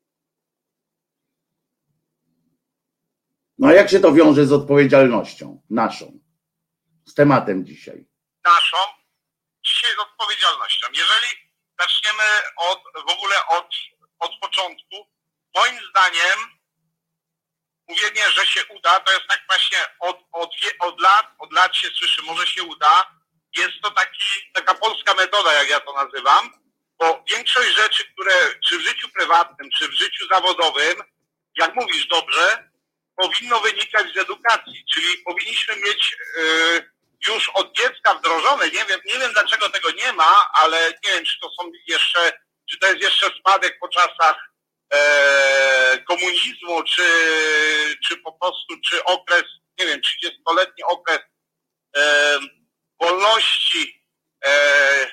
No a jak się to wiąże z odpowiedzialnością naszą, z tematem dzisiaj? Naszą, dzisiaj z odpowiedzialnością. Jeżeli zaczniemy od, w ogóle od, od początku, moim zdaniem mówienie, że się uda, to jest tak właśnie od, od, od lat, od lat się słyszy, może się uda. Jest to taki, taka polska metoda, jak ja to nazywam, bo większość rzeczy, które czy w życiu prywatnym, czy w życiu zawodowym, jak mówisz dobrze, powinno wynikać z edukacji, czyli powinniśmy mieć y, już od dziecka wdrożone, nie wiem, nie wiem dlaczego tego nie ma, ale nie wiem, czy to są jeszcze, czy to jest jeszcze spadek po czasach e, komunizmu, czy, czy po prostu, czy okres, nie wiem, trzydziestoletni okres e, wolności, e,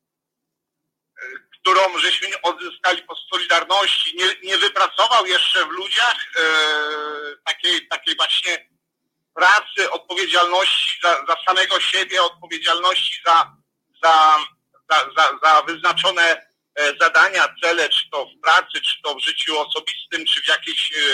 którą żeśmy odzyskali po Solidarności, nie, nie wypracował jeszcze w ludziach e, takiej, takiej właśnie pracy, odpowiedzialności za, za samego siebie, odpowiedzialności za, za, za, za, za wyznaczone e, zadania, cele, czy to w pracy, czy to w życiu osobistym, czy w jakiejś, e,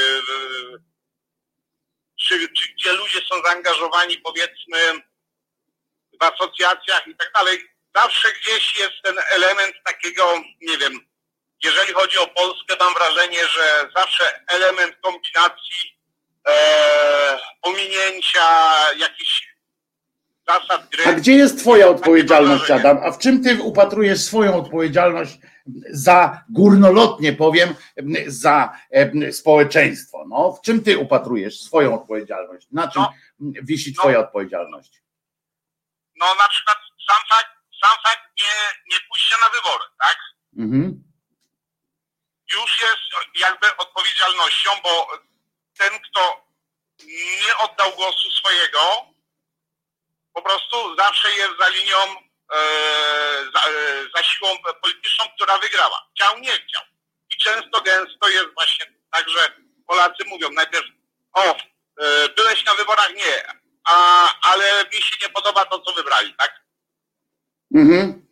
czy, czy gdzie ludzie są zaangażowani, powiedzmy, w asocjacjach i tak dalej. zawsze gdzieś jest ten element takiego, nie wiem, jeżeli chodzi o Polskę, mam wrażenie, że zawsze element kombinacji, e, pominięcia jakichś zasad gry. A gdzie jest twoja odpowiedzialność, Adam? A w czym ty upatrujesz swoją odpowiedzialność za, górnolotnie powiem, za społeczeństwo? No, w czym ty upatrujesz swoją odpowiedzialność? Na czym no, wisi twoja no, odpowiedzialność? No na przykład sam fakt, sam fakt nie, nie pójścia na wybory, tak? Mhm. Już jest jakby odpowiedzialnością, bo ten, kto nie oddał głosu swojego, po prostu zawsze jest za linią, e, za, e, za siłą polityczną, która wygrała. Chciał, nie chciał. I często, gęsto jest właśnie tak, że Polacy mówią najpierw, o, e, byłeś na wyborach? Nie, a, ale mi się nie podoba to, co wybrali, tak? Mhm.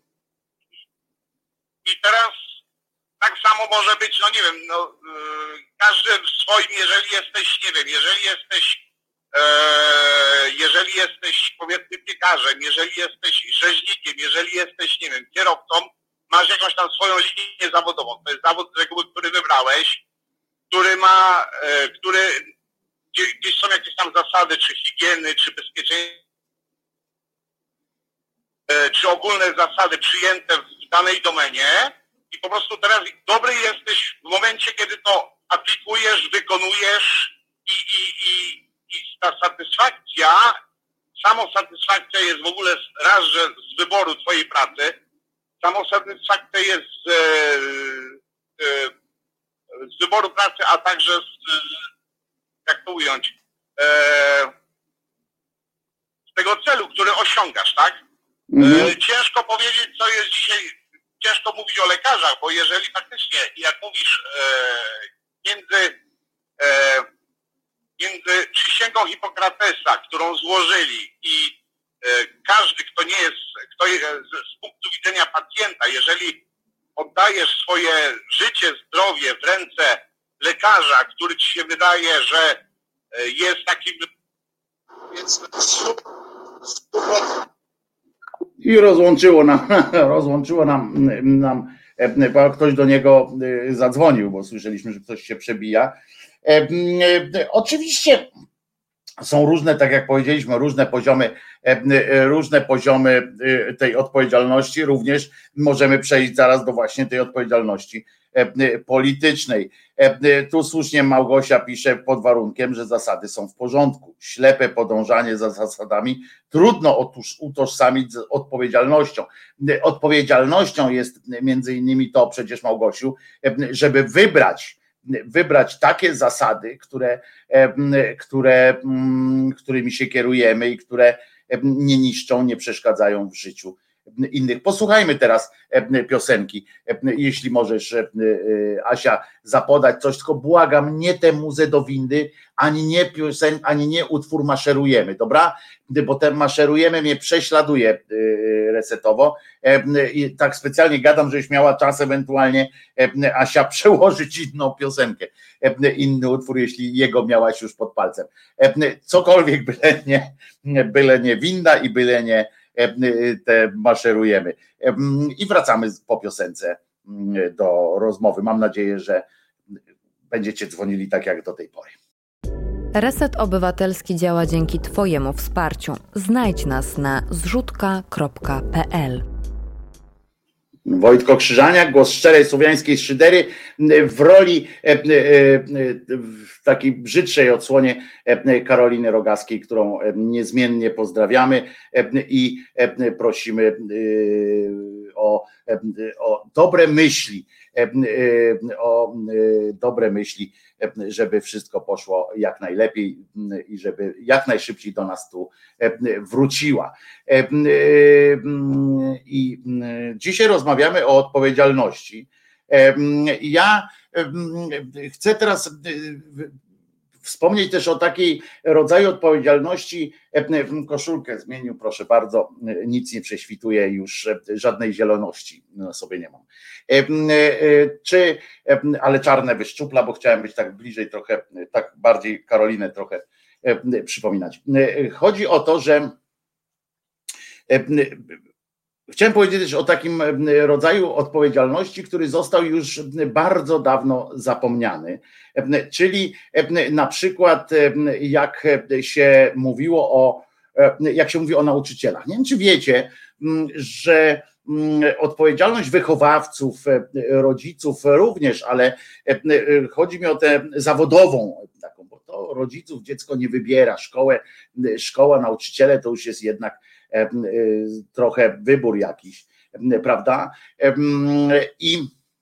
I teraz tak samo może być, no nie wiem, no, yy, każdy w swoim, jeżeli jesteś, nie wiem, jeżeli jesteś, yy, jeżeli jesteś, powiedzmy, piekarzem, jeżeli jesteś rzeźnikiem, jeżeli jesteś, nie wiem, kierowcą, masz jakąś tam swoją linię zawodową. To jest zawód z reguły, który wybrałeś, który ma, yy, który, gdzie, gdzieś są jakieś tam zasady, czy higieny, czy bezpieczeństwa, yy, czy ogólne zasady przyjęte w danej domenie. I po prostu teraz dobry jesteś w momencie, kiedy to aplikujesz, wykonujesz i, i, i, i ta satysfakcja, samosatysfakcja jest w ogóle raz, że z wyboru twojej pracy, samosatysfakcja jest z, z, z wyboru pracy, a także z, jak to ująć, z tego celu, który osiągasz, tak? Mhm. Ciężko powiedzieć, co jest dzisiaj. Ciężko mówić o lekarzach, bo jeżeli faktycznie, jak mówisz, e, między, e, między przysięgą Hipokratesa, którą złożyli i e, każdy, kto nie jest, kto jest, z punktu widzenia pacjenta, jeżeli oddajesz swoje życie, zdrowie w ręce lekarza, który ci się wydaje, że jest takim, powiedzmy, i rozłączyło nam, rozłączyło nam, nam, ktoś do niego zadzwonił, bo słyszeliśmy, że ktoś się przebija. Oczywiście są różne, tak jak powiedzieliśmy, różne poziomy, różne poziomy tej odpowiedzialności, również możemy przejść zaraz do właśnie tej odpowiedzialności politycznej. Tu słusznie Małgosia pisze pod warunkiem, że zasady są w porządku. Ślepe podążanie za zasadami trudno otóż utożsamić z odpowiedzialnością. Odpowiedzialnością jest między innymi to przecież, Małgosiu, żeby wybrać wybrać takie zasady, które, które, którymi się kierujemy i które nie niszczą, nie przeszkadzają w życiu innych. Posłuchajmy teraz piosenki, jeśli możesz, Asia, zapodać coś, tylko błagam, nie tę muzę do windy, ani nie piosen, ani nie utwór Maszerujemy, dobra? Bo ten Maszerujemy mnie prześladuje resetowo i tak specjalnie gadam, żebyś miała czas ewentualnie, Asia, przełożyć inną piosenkę, inny utwór, jeśli jego miałaś już pod palcem. Cokolwiek, byle nie, byle nie winda i byle nie te Maszerujemy. I wracamy po piosence do rozmowy. Mam nadzieję, że będziecie dzwonili tak jak do tej pory. Reset Obywatelski działa dzięki Twojemu wsparciu. Znajdź nas na zrzutka kropka pe el. Wojtko Krzyżaniak, głos szczerej słowiańskiej szydery w roli w takiej brzydszej odsłonie Karoliny Rogaskiej, którą niezmiennie pozdrawiamy i prosimy o, o dobre myśli, o dobre myśli, żeby wszystko poszło jak najlepiej i żeby jak najszybciej do nas tu wróciła. I dzisiaj rozmawiamy o odpowiedzialności. Ja chcę teraz wspomnieć też o takiej rodzaju odpowiedzialności. Koszulkę zmienił, proszę bardzo, nic nie prześwituje, już żadnej zieloności na sobie nie mam. Czy, ale czarne wyszczupla, bo chciałem być tak bliżej trochę, tak bardziej Karolinę trochę przypominać. Chodzi o to, że chciałem powiedzieć też o takim rodzaju odpowiedzialności, który został już bardzo dawno zapomniany, czyli na przykład jak się mówiło o, jak się mówi o nauczycielach. Nie wiem, czy wiecie, że odpowiedzialność wychowawców, rodziców również, ale chodzi mi o tę zawodową taką, bo to rodziców dziecko nie wybiera, szkołę, szkoła, nauczyciele to już jest jednak trochę wybór jakiś, prawda? I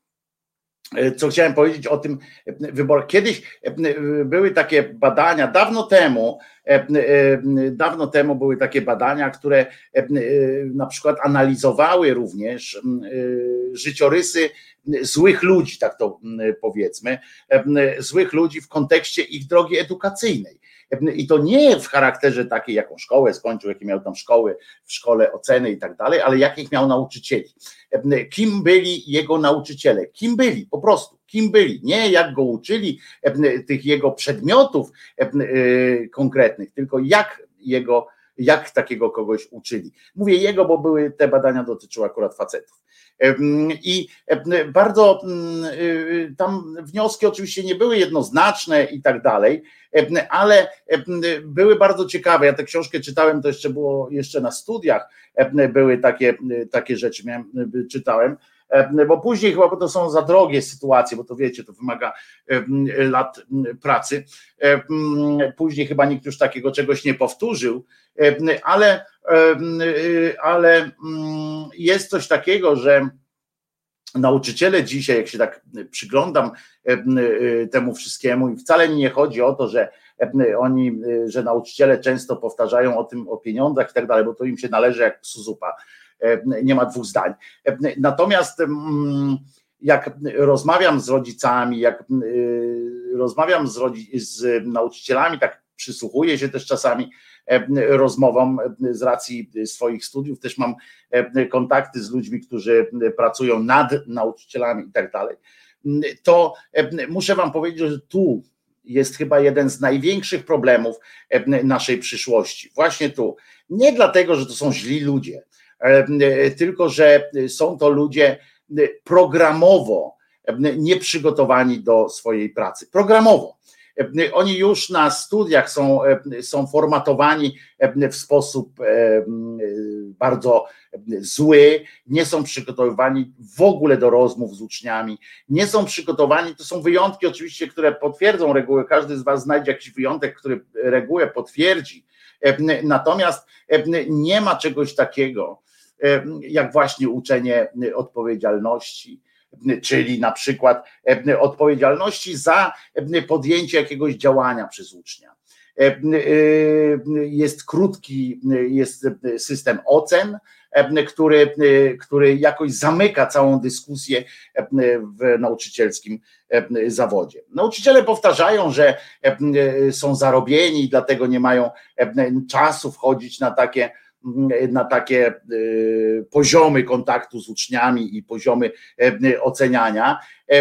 co chciałem powiedzieć o tym wyborze. Kiedyś były takie badania, dawno temu, dawno temu były takie badania, które na przykład analizowały również życiorysy złych ludzi, tak to powiedzmy, złych ludzi w kontekście ich drogi edukacyjnej. I to nie w charakterze takiej, jaką szkołę skończył, jakie miał tam szkoły, w szkole oceny i tak dalej, ale jakich miał nauczycieli. Kim byli jego nauczyciele? Kim byli? Po prostu. Kim byli? Nie jak go uczyli tych jego przedmiotów konkretnych, tylko jak jego, jak takiego kogoś uczyli. Mówię jego, bo były te badania dotyczyły akurat facetów. I bardzo tam wnioski oczywiście nie były jednoznaczne i tak dalej, ale były bardzo ciekawe. Ja tę książkę czytałem, to jeszcze było jeszcze na studiach, były takie, takie rzeczy, miałem, czytałem, bo później chyba, bo to są za drogie sytuacje, bo to wiecie, to wymaga lat pracy. Później chyba nikt już takiego czegoś nie powtórzył, ale, ale jest coś takiego, że nauczyciele dzisiaj, jak się tak przyglądam temu wszystkiemu, i wcale nie chodzi o to, że oni, że nauczyciele często powtarzają o tym, o pieniądzach i tak dalej, bo to im się należy jak psu zupa. Nie ma dwóch zdań. Natomiast jak rozmawiam z rodzicami, jak rozmawiam z, rodzi- z nauczycielami, tak przysłuchuję się też czasami rozmowom z racji swoich studiów, też mam kontakty z ludźmi, którzy pracują nad nauczycielami i tak dalej, to muszę wam powiedzieć, że tu jest chyba jeden z największych problemów naszej przyszłości. Właśnie tu. Nie dlatego, że to są źli ludzie, tylko że są to ludzie programowo nieprzygotowani do swojej pracy. Programowo. Oni już na studiach są, są formatowani w sposób bardzo zły, nie są przygotowywani w ogóle do rozmów z uczniami, nie są przygotowani, to są wyjątki oczywiście, które potwierdzą regułę, każdy z was znajdzie jakiś wyjątek, który regułę potwierdzi, natomiast nie ma czegoś takiego, jak właśnie uczenie odpowiedzialności, czyli na przykład odpowiedzialności za podjęcie jakiegoś działania przez ucznia. Jest krótki, jest system ocen, który, który jakoś zamyka całą dyskusję w nauczycielskim zawodzie. Nauczyciele powtarzają, że są zarobieni i dlatego nie mają czasu wchodzić na takie na takie poziomy kontaktu z uczniami i poziomy oceniania,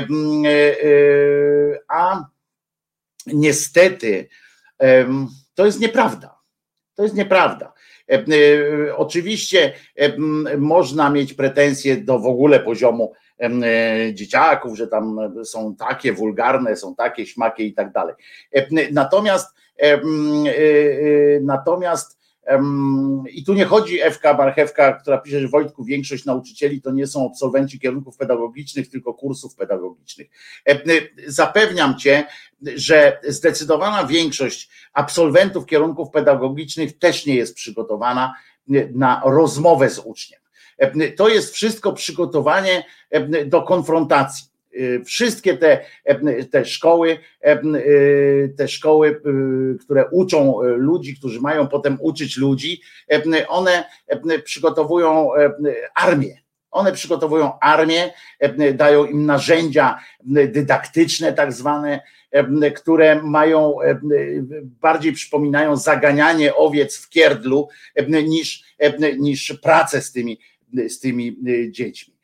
a niestety to jest nieprawda. To jest nieprawda. Oczywiście można mieć pretensje do w ogóle poziomu dzieciaków, że tam są takie wulgarne, są takie śmakie i tak dalej. Natomiast natomiast i tu nie chodzi Ewka Marchewka, która pisze, że Wojtku, większość nauczycieli to nie są absolwenci kierunków pedagogicznych, tylko kursów pedagogicznych. Zapewniam cię, że zdecydowana większość absolwentów kierunków pedagogicznych też nie jest przygotowana na rozmowę z uczniem. To jest wszystko przygotowanie do konfrontacji. Wszystkie te, te szkoły, te szkoły, które uczą ludzi, którzy mają potem uczyć ludzi, one przygotowują armię. One przygotowują armię, dają im narzędzia dydaktyczne tak zwane, które mają, bardziej przypominają zaganianie owiec w kierdlu niż, niż pracę z tymi, z tymi dziećmi.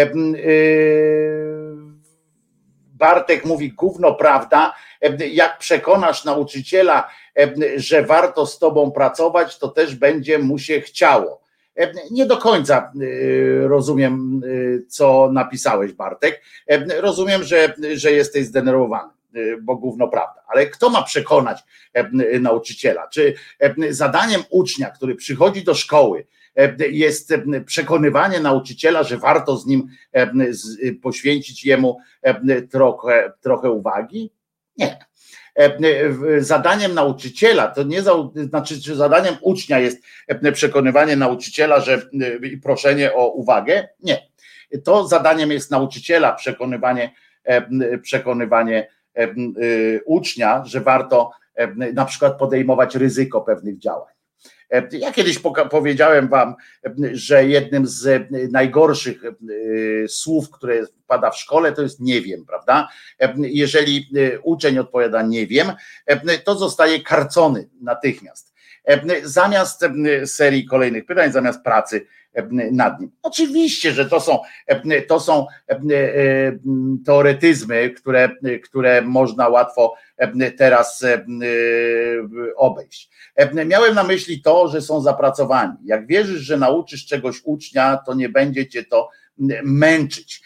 Bartek mówi, gówno prawda, jak przekonasz nauczyciela, że warto z tobą pracować, to też będzie mu się chciało. Nie do końca rozumiem, co napisałeś, Bartek. Rozumiem, że, że jesteś zdenerwowany, bo gówno prawda. Ale kto ma przekonać nauczyciela? Czy zadaniem ucznia, który przychodzi do szkoły, jest przekonywanie nauczyciela, że warto z nim poświęcić jemu trochę, trochę uwagi? Nie. Zadaniem nauczyciela, to nie za, znaczy, czy zadaniem ucznia jest przekonywanie nauczyciela, że i proszenie o uwagę? Nie. To zadaniem jest nauczyciela przekonywanie, przekonywanie ucznia, że warto na przykład podejmować ryzyko pewnych działań. Ja kiedyś powiedziałem wam, że jednym z najgorszych słów, które pada w szkole, to jest nie wiem, prawda? Jeżeli uczeń odpowiada nie wiem, to zostaje karcony natychmiast. Zamiast serii kolejnych pytań, zamiast pracy nad nim. Oczywiście, że to są, to są teoretyzmy, które, które można łatwo teraz obejść. Miałem na myśli to, że są zapracowani. Jak wierzysz, że nauczysz czegoś ucznia, to nie będzie cię to męczyć.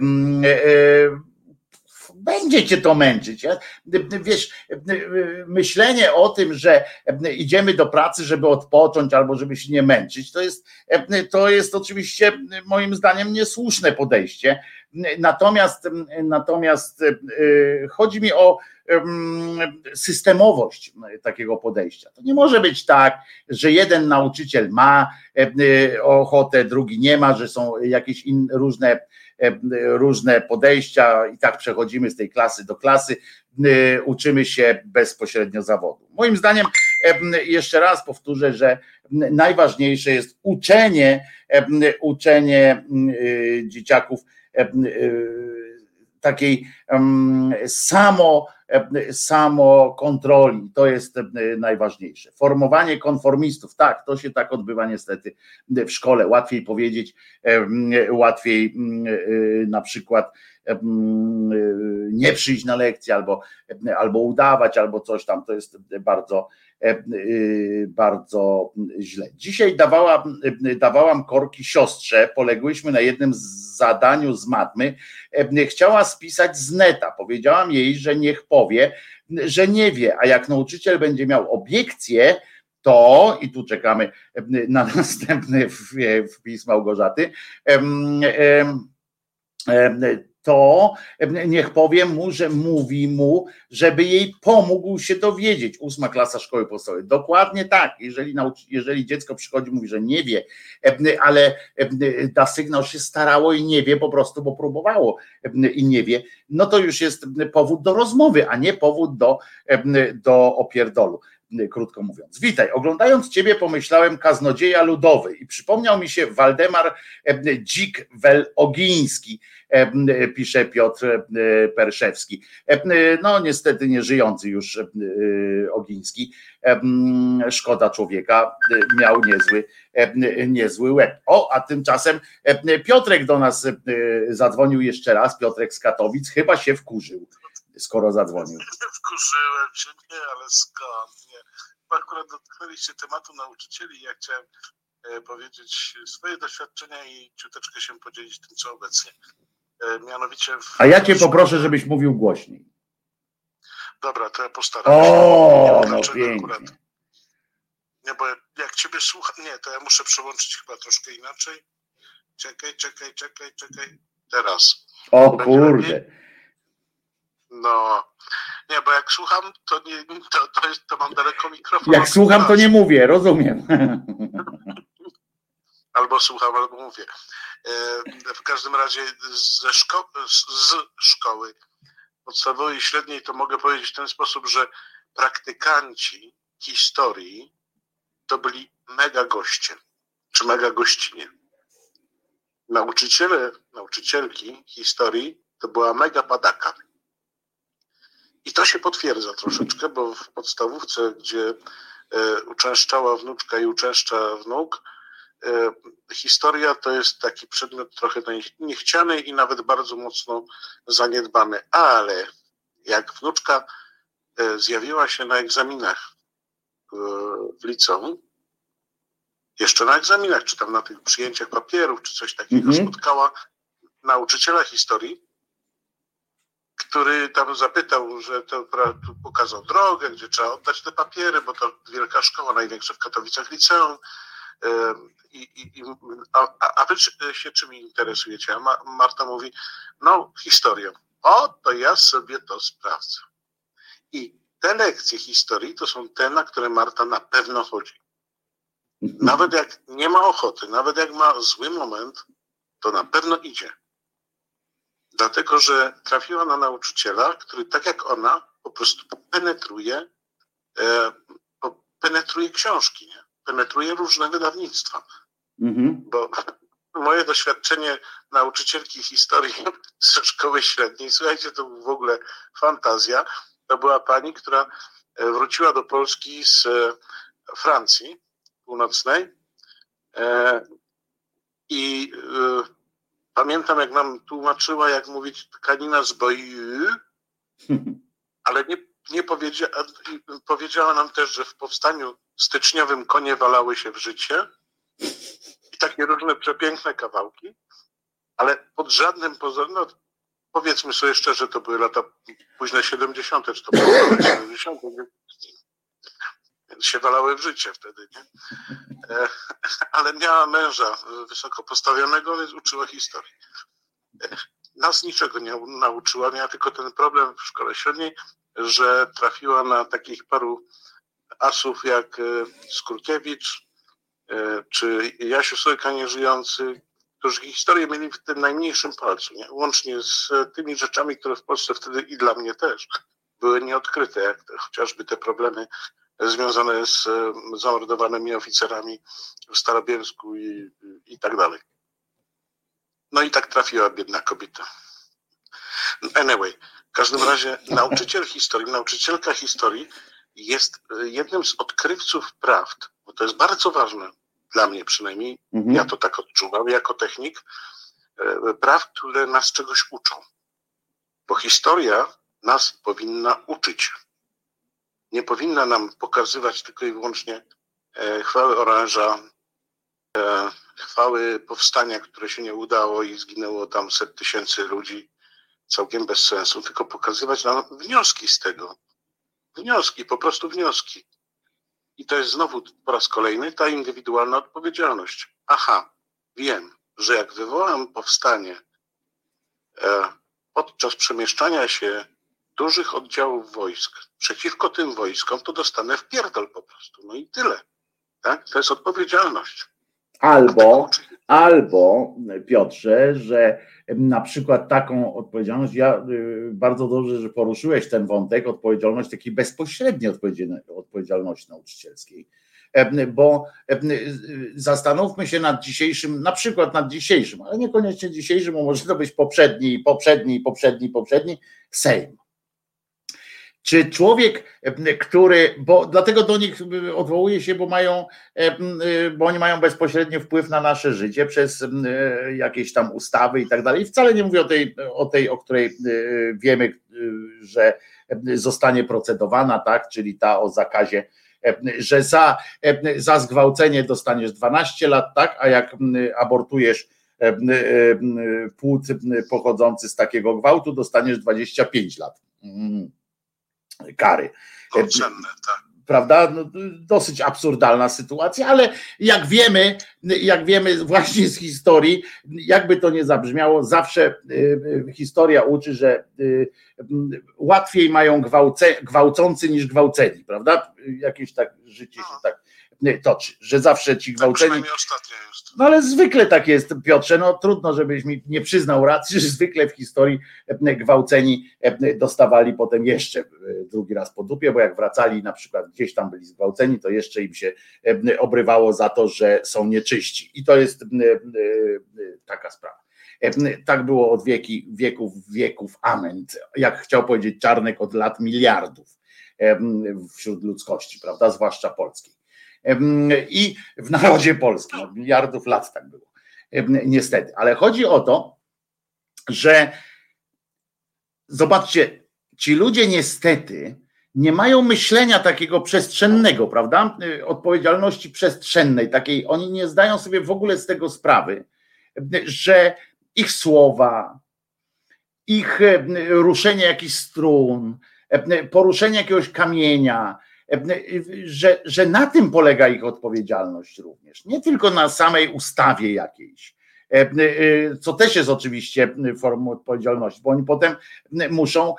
Będzie cię to męczyć. Wiesz, myślenie o tym, że idziemy do pracy, żeby odpocząć albo żeby się nie męczyć, to jest, to jest oczywiście moim zdaniem niesłuszne podejście. Natomiast, natomiast chodzi mi o systemowość takiego podejścia. To nie może być tak, że jeden nauczyciel ma ochotę, drugi nie ma, że są jakieś inne, różne różne podejścia i tak przechodzimy z tej klasy do klasy, uczymy się bezpośrednio zawodu. Moim zdaniem, jeszcze raz powtórzę, że najważniejsze jest uczenie, uczenie dzieciaków takiej samo, samokontroli, to jest najważniejsze. Formowanie konformistów, tak, to się tak odbywa niestety w szkole. Łatwiej powiedzieć, łatwiej na przykład nie przyjść na lekcję, albo, albo udawać, albo coś tam, to jest bardzo, bardzo źle. Dzisiaj dawałam, dawałam korki siostrze, poległyśmy na jednym zadaniu z matmy, chciała spisać z neta, powiedziałam jej, że niech powie, że nie wie, a jak nauczyciel będzie miał obiekcję, to, i tu czekamy na następny wpis Małgorzaty, to niech powie mu, że mówi mu, żeby jej pomógł się dowiedzieć. Ósma klasa szkoły podstawowej. Dokładnie tak. Jeżeli, jeżeli dziecko przychodzi, mówi, że nie wie, ale da sygnał, się starało i nie wie po prostu, bo próbowało i nie wie, no to już jest powód do rozmowy, a nie powód do, do opierdolu. Krótko mówiąc. Witaj, oglądając ciebie pomyślałem kaznodzieja ludowy i przypomniał mi się Waldemar Dzik-Wel-Ogiński, pisze Piotr Perszewski. No niestety nie żyjący już Ogiński. Szkoda człowieka, miał niezły, niezły łeb. O, a tymczasem Piotrek do nas zadzwonił jeszcze raz, Piotrek z Katowic, chyba się wkurzył, skoro zadzwonił. Wkurzyłem się, nie, ale skąd, nie. Akurat dotknęliście tematu nauczycieli, ja chciałem e, powiedzieć swoje doświadczenia i ciuteczkę się podzielić tym, co obecnie. E, mianowicie... W... A ja cię poproszę, żebyś mówił głośniej. Dobra, to ja postaram się. O, nie, no pięknie. Akurat. Nie, bo jak ciebie słucham, nie, to ja muszę przełączyć chyba troszkę inaczej. Czekaj, czekaj, czekaj, czekaj. Teraz. O Będzie kurde. Lepiej? No, nie, bo jak słucham, to nie, to, to, jest, to mam daleko mikrofon. Jak słucham, to nie mówię, rozumiem. Albo słucham, albo mówię. W każdym razie ze szko- z szkoły podstawowej i średniej to mogę powiedzieć w ten sposób, że praktykanci historii to byli mega goście, czy mega gościnie. Nauczyciele, nauczycielki historii to była mega padaka. I to się potwierdza troszeczkę, bo w podstawówce, gdzie e, uczęszczała wnuczka i uczęszcza wnuk, e, historia to jest taki przedmiot trochę niechciany i nawet bardzo mocno zaniedbany. Ale jak wnuczka e, zjawiła się na egzaminach e, w liceum jeszcze na egzaminach, czy tam na tych przyjęciach papierów, czy coś takiego, mm-hmm. spotkała nauczyciela historii, który tam zapytał, że to pokazał drogę, gdzie trzeba oddać te papiery, bo to wielka szkoła, największa w Katowicach liceum. I, i, a, a wy się czym interesujecie? A Ma, Marta mówi, no historią. O, to ja sobie to sprawdzę. I te lekcje historii to są te, na które Marta na pewno chodzi. Nawet jak nie ma ochoty, nawet jak ma zły moment, to na pewno idzie. Dlatego, że trafiła na nauczyciela, który tak jak ona po prostu penetruje, e, penetruje książki, nie? Penetruje różne wydawnictwa. Mm-hmm. Bo moje doświadczenie nauczycielki historii ze szkoły średniej, słuchajcie, to w ogóle fantazja. To była pani, która wróciła do Polski z Francji Północnej e, i e, pamiętam, jak nam tłumaczyła, jak mówić tkanina z boju, ale nie, nie powiedziała, powiedziała nam też, że w powstaniu styczniowym konie walały się w życie i takie różne przepiękne kawałki, ale pod żadnym pozorem, no powiedzmy sobie szczerze, to były lata późne siedemdziesiąte, czy to były lata siedemdziesiąte, więc się walały w życie wtedy, nie? E, ale miała męża wysoko postawionego, więc uczyła historii. E, nas niczego nie nauczyła, miała tylko ten problem w szkole średniej, że trafiła na takich paru asów jak Skurkiewicz e, czy Jasiu Sojka nieżyjący, którzy historię mieli w tym najmniejszym palcu, nie? Łącznie z tymi rzeczami, które w Polsce wtedy i dla mnie też były nieodkryte, jak te, chociażby te problemy związane z zamordowanymi oficerami w Starobielsku i, i tak dalej. No i tak trafiła biedna kobieta. Anyway, w każdym razie nauczyciel historii, nauczycielka historii jest jednym z odkrywców prawd, bo to jest bardzo ważne, dla mnie przynajmniej, mhm. ja to tak odczuwam jako technik, praw, które nas czegoś uczą. Bo historia nas powinna uczyć. Nie powinna nam pokazywać tylko i wyłącznie e, chwały oręża, e, chwały powstania, które się nie udało i zginęło tam set tysięcy ludzi całkiem bez sensu, tylko pokazywać nam wnioski z tego. Wnioski, po prostu wnioski. I to jest znowu po raz kolejny ta indywidualna odpowiedzialność. Aha, wiem, że jak wywołam powstanie e, podczas przemieszczania się dużych oddziałów wojsk przeciwko tym wojskom, to dostanę wpierdol po prostu. No i tyle. Tak? To jest odpowiedzialność. Albo, albo Piotrze, że na przykład taką odpowiedzialność, ja bardzo dobrze, że poruszyłeś ten wątek, odpowiedzialność takiej bezpośredniej odpowiedzialności nauczycielskiej, bo zastanówmy się nad dzisiejszym, na przykład nad dzisiejszym, ale niekoniecznie dzisiejszym, bo może to być poprzedni, poprzedni, poprzedni, poprzedni Sejm. Czy człowiek, który, bo dlatego do nich odwołuje się, bo mają, bo oni mają bezpośredni wpływ na nasze życie przez jakieś tam ustawy i tak dalej. Wcale nie mówię o tej, o tej, o której wiemy, że zostanie procedowana, tak, czyli ta o zakazie, że za, za zgwałcenie dostaniesz dwanaście lat, tak, a jak abortujesz płód pochodzący z takiego gwałtu, dostaniesz dwadzieścia pięć lat. Kary. Potrzebne, tak. Prawda? No, dosyć absurdalna sytuacja, ale jak wiemy, jak wiemy właśnie z historii, jakby to nie zabrzmiało, zawsze y, historia uczy, że y, y, łatwiej mają gwałce, gwałcący niż gwałceni, prawda? Jakieś tak życie się tak toczy, że zawsze ci gwałceni. Tak ostatnio jest. No ale zwykle tak jest, Piotrze, no trudno, żebyś mi nie przyznał racji, że zwykle w historii gwałceni dostawali potem jeszcze drugi raz po dupie, bo jak wracali na przykład gdzieś tam byli zgwałceni, to jeszcze im się obrywało za to, że są nieczyści. I to jest taka sprawa. Tak było od wieki, wieków, wieków, amen. Jak chciał powiedzieć Czarnek, od lat miliardów wśród ludzkości, prawda, zwłaszcza polskiej. I w narodzie polskim od miliardów lat tak było, niestety, ale chodzi o to, że zobaczcie, ci ludzie niestety nie mają myślenia takiego przestrzennego, prawda? Odpowiedzialności przestrzennej, takiej, oni nie zdają sobie w ogóle z tego sprawy, że ich słowa, ich ruszenie jakichś strun, poruszenie jakiegoś kamienia, że, że na tym polega ich odpowiedzialność również, nie tylko na samej ustawie jakiejś, co też jest oczywiście formą odpowiedzialności, bo oni potem muszą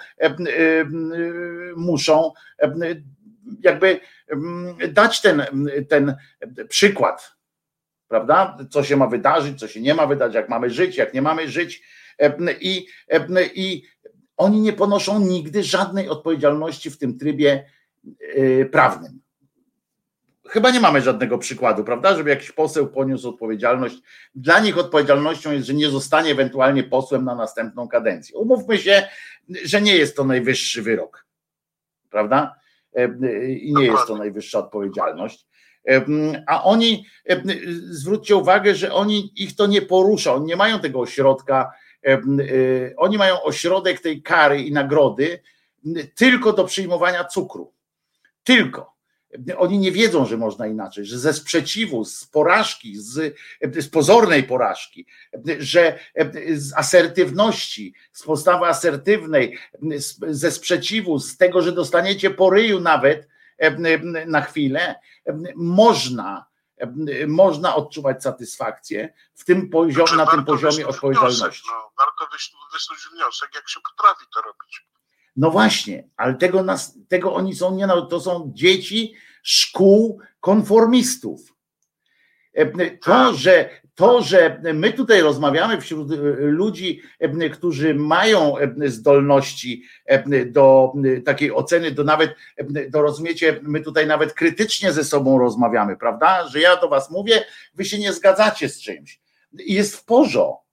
muszą jakby dać ten, ten przykład, prawda? Co się ma wydarzyć, co się nie ma wydarzyć, jak mamy żyć, jak nie mamy żyć i, i oni nie ponoszą nigdy żadnej odpowiedzialności w tym trybie prawnym. Chyba nie mamy żadnego przykładu, prawda, żeby jakiś poseł poniósł odpowiedzialność. Dla nich odpowiedzialnością jest, że nie zostanie ewentualnie posłem na następną kadencję. Umówmy się, że nie jest to najwyższy wyrok, prawda? I nie jest to najwyższa odpowiedzialność. A oni, zwróćcie uwagę, że oni, ich to nie porusza, oni nie mają tego ośrodka, oni mają ośrodek tej kary i nagrody tylko do przyjmowania cukru. Tylko. Oni nie wiedzą, że można inaczej, że ze sprzeciwu, z porażki, z, z pozornej porażki, że z asertywności, z postawy asertywnej, ze sprzeciwu, z tego, że dostaniecie po ryju nawet na chwilę, można, można odczuwać satysfakcję w tym poziomie, na tym poziomie odpowiedzialności. Wniosek, no, warto wysnuć wniosek, jak się potrafi to robić. No właśnie, ale tego, nas, tego oni są nie, to są dzieci szkół konformistów. To, że, to, że my tutaj rozmawiamy wśród ludzi, którzy mają zdolności do takiej oceny, do nawet, do rozumiecie, my tutaj nawet krytycznie ze sobą rozmawiamy, prawda? Że ja do was mówię, wy się nie zgadzacie z czymś. I jest w porządku.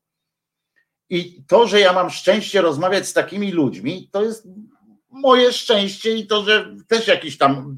I to, że ja mam szczęście rozmawiać z takimi ludźmi, to jest moje szczęście i to, że też jakieś tam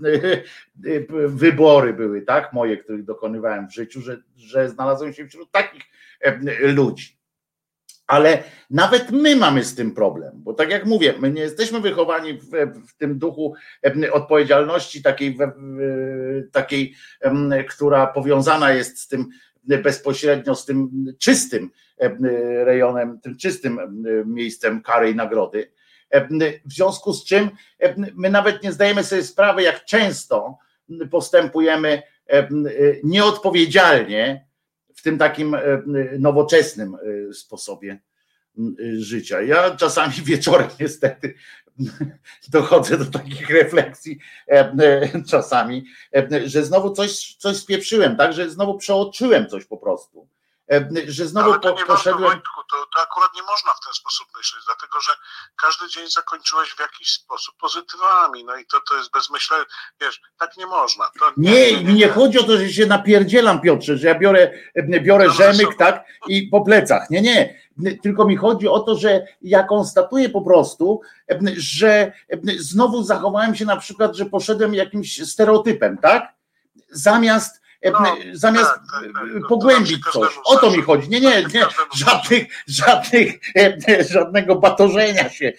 wybory były, tak, moje, których dokonywałem w życiu, że, że znalazłem się wśród takich ludzi. Ale nawet my mamy z tym problem, bo tak jak mówię, my nie jesteśmy wychowani w, w tym duchu odpowiedzialności takiej, takiej, która powiązana jest z tym bezpośrednio, z tym czystym rejonem, tym czystym miejscem kary i nagrody. W związku z czym my nawet nie zdajemy sobie sprawy, jak często postępujemy nieodpowiedzialnie w tym takim nowoczesnym sposobie życia. Ja czasami wieczorem niestety dochodzę do takich refleksji czasami, że znowu coś, coś spieprzyłem, tak, że znowu przeoczyłem coś po prostu. Że znowu ale to nie poszedłem. Warto, Wojtku, to, to akurat nie można w ten sposób myśleć, dlatego że każdy dzień zakończyłeś w jakiś sposób pozytywami, no i to, to jest bez myślenia, wiesz, tak nie można. To nie, nie, nie, nie, nie chodzi o to, że się napierdzielam, Piotrze, że ja biorę, biorę no, rzemyk, tak, i po plecach. Nie, nie. Tylko mi chodzi o to, że ja konstatuję po prostu, że znowu zachowałem się na przykład, że poszedłem jakimś stereotypem, tak? Zamiast No, zamiast tak, tak, tak. pogłębić coś. O to mi chodzi. Nie, nie, nie. Żadnych, żadnych, żadnego batorzenia się,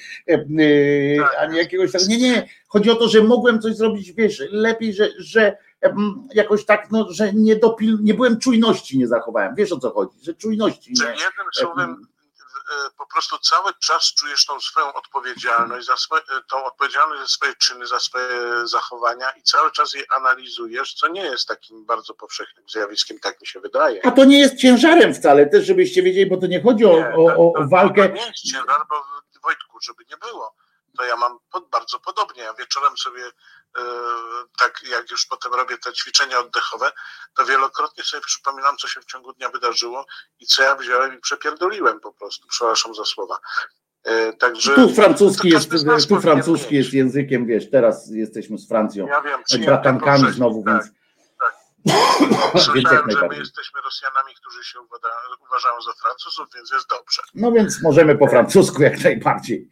ani jakiegoś tak. Nie, nie. Chodzi o to, że mogłem coś zrobić, wiesz, lepiej, że, że jakoś tak, no, że nie dopil, nie byłem czujności, nie zachowałem. Wiesz, o co chodzi, że czujności nie. Jednym słowem, po prostu cały czas czujesz tą swoją odpowiedzialność za swoje, tą odpowiedzialność za swoje czyny, za swoje zachowania i cały czas je analizujesz, co nie jest takim bardzo powszechnym zjawiskiem, tak mi się wydaje. A to nie jest ciężarem wcale, też żebyście wiedzieli, bo to nie chodzi o, nie, o, o, o walkę. To nie jest ciężar, bo Wojtku, żeby nie było, to ja mam pod, bardzo podobnie. Ja wieczorem sobie yy, tak jak już potem robię te ćwiczenia oddechowe, to wielokrotnie sobie przypominam, co się w ciągu dnia wydarzyło i co ja wziąłem i przepierdoliłem po prostu, przepraszam za słowa. Yy, także tu francuski jest, tu francuski jest językiem, wiesz, teraz jesteśmy z Francją, ja wiem, bratankami znowu, tak, więc tak. Słyszałem, że my jesteśmy Rosjanami, którzy się uważają za Francuzów, więc jest dobrze. No więc możemy po francusku jak najbardziej.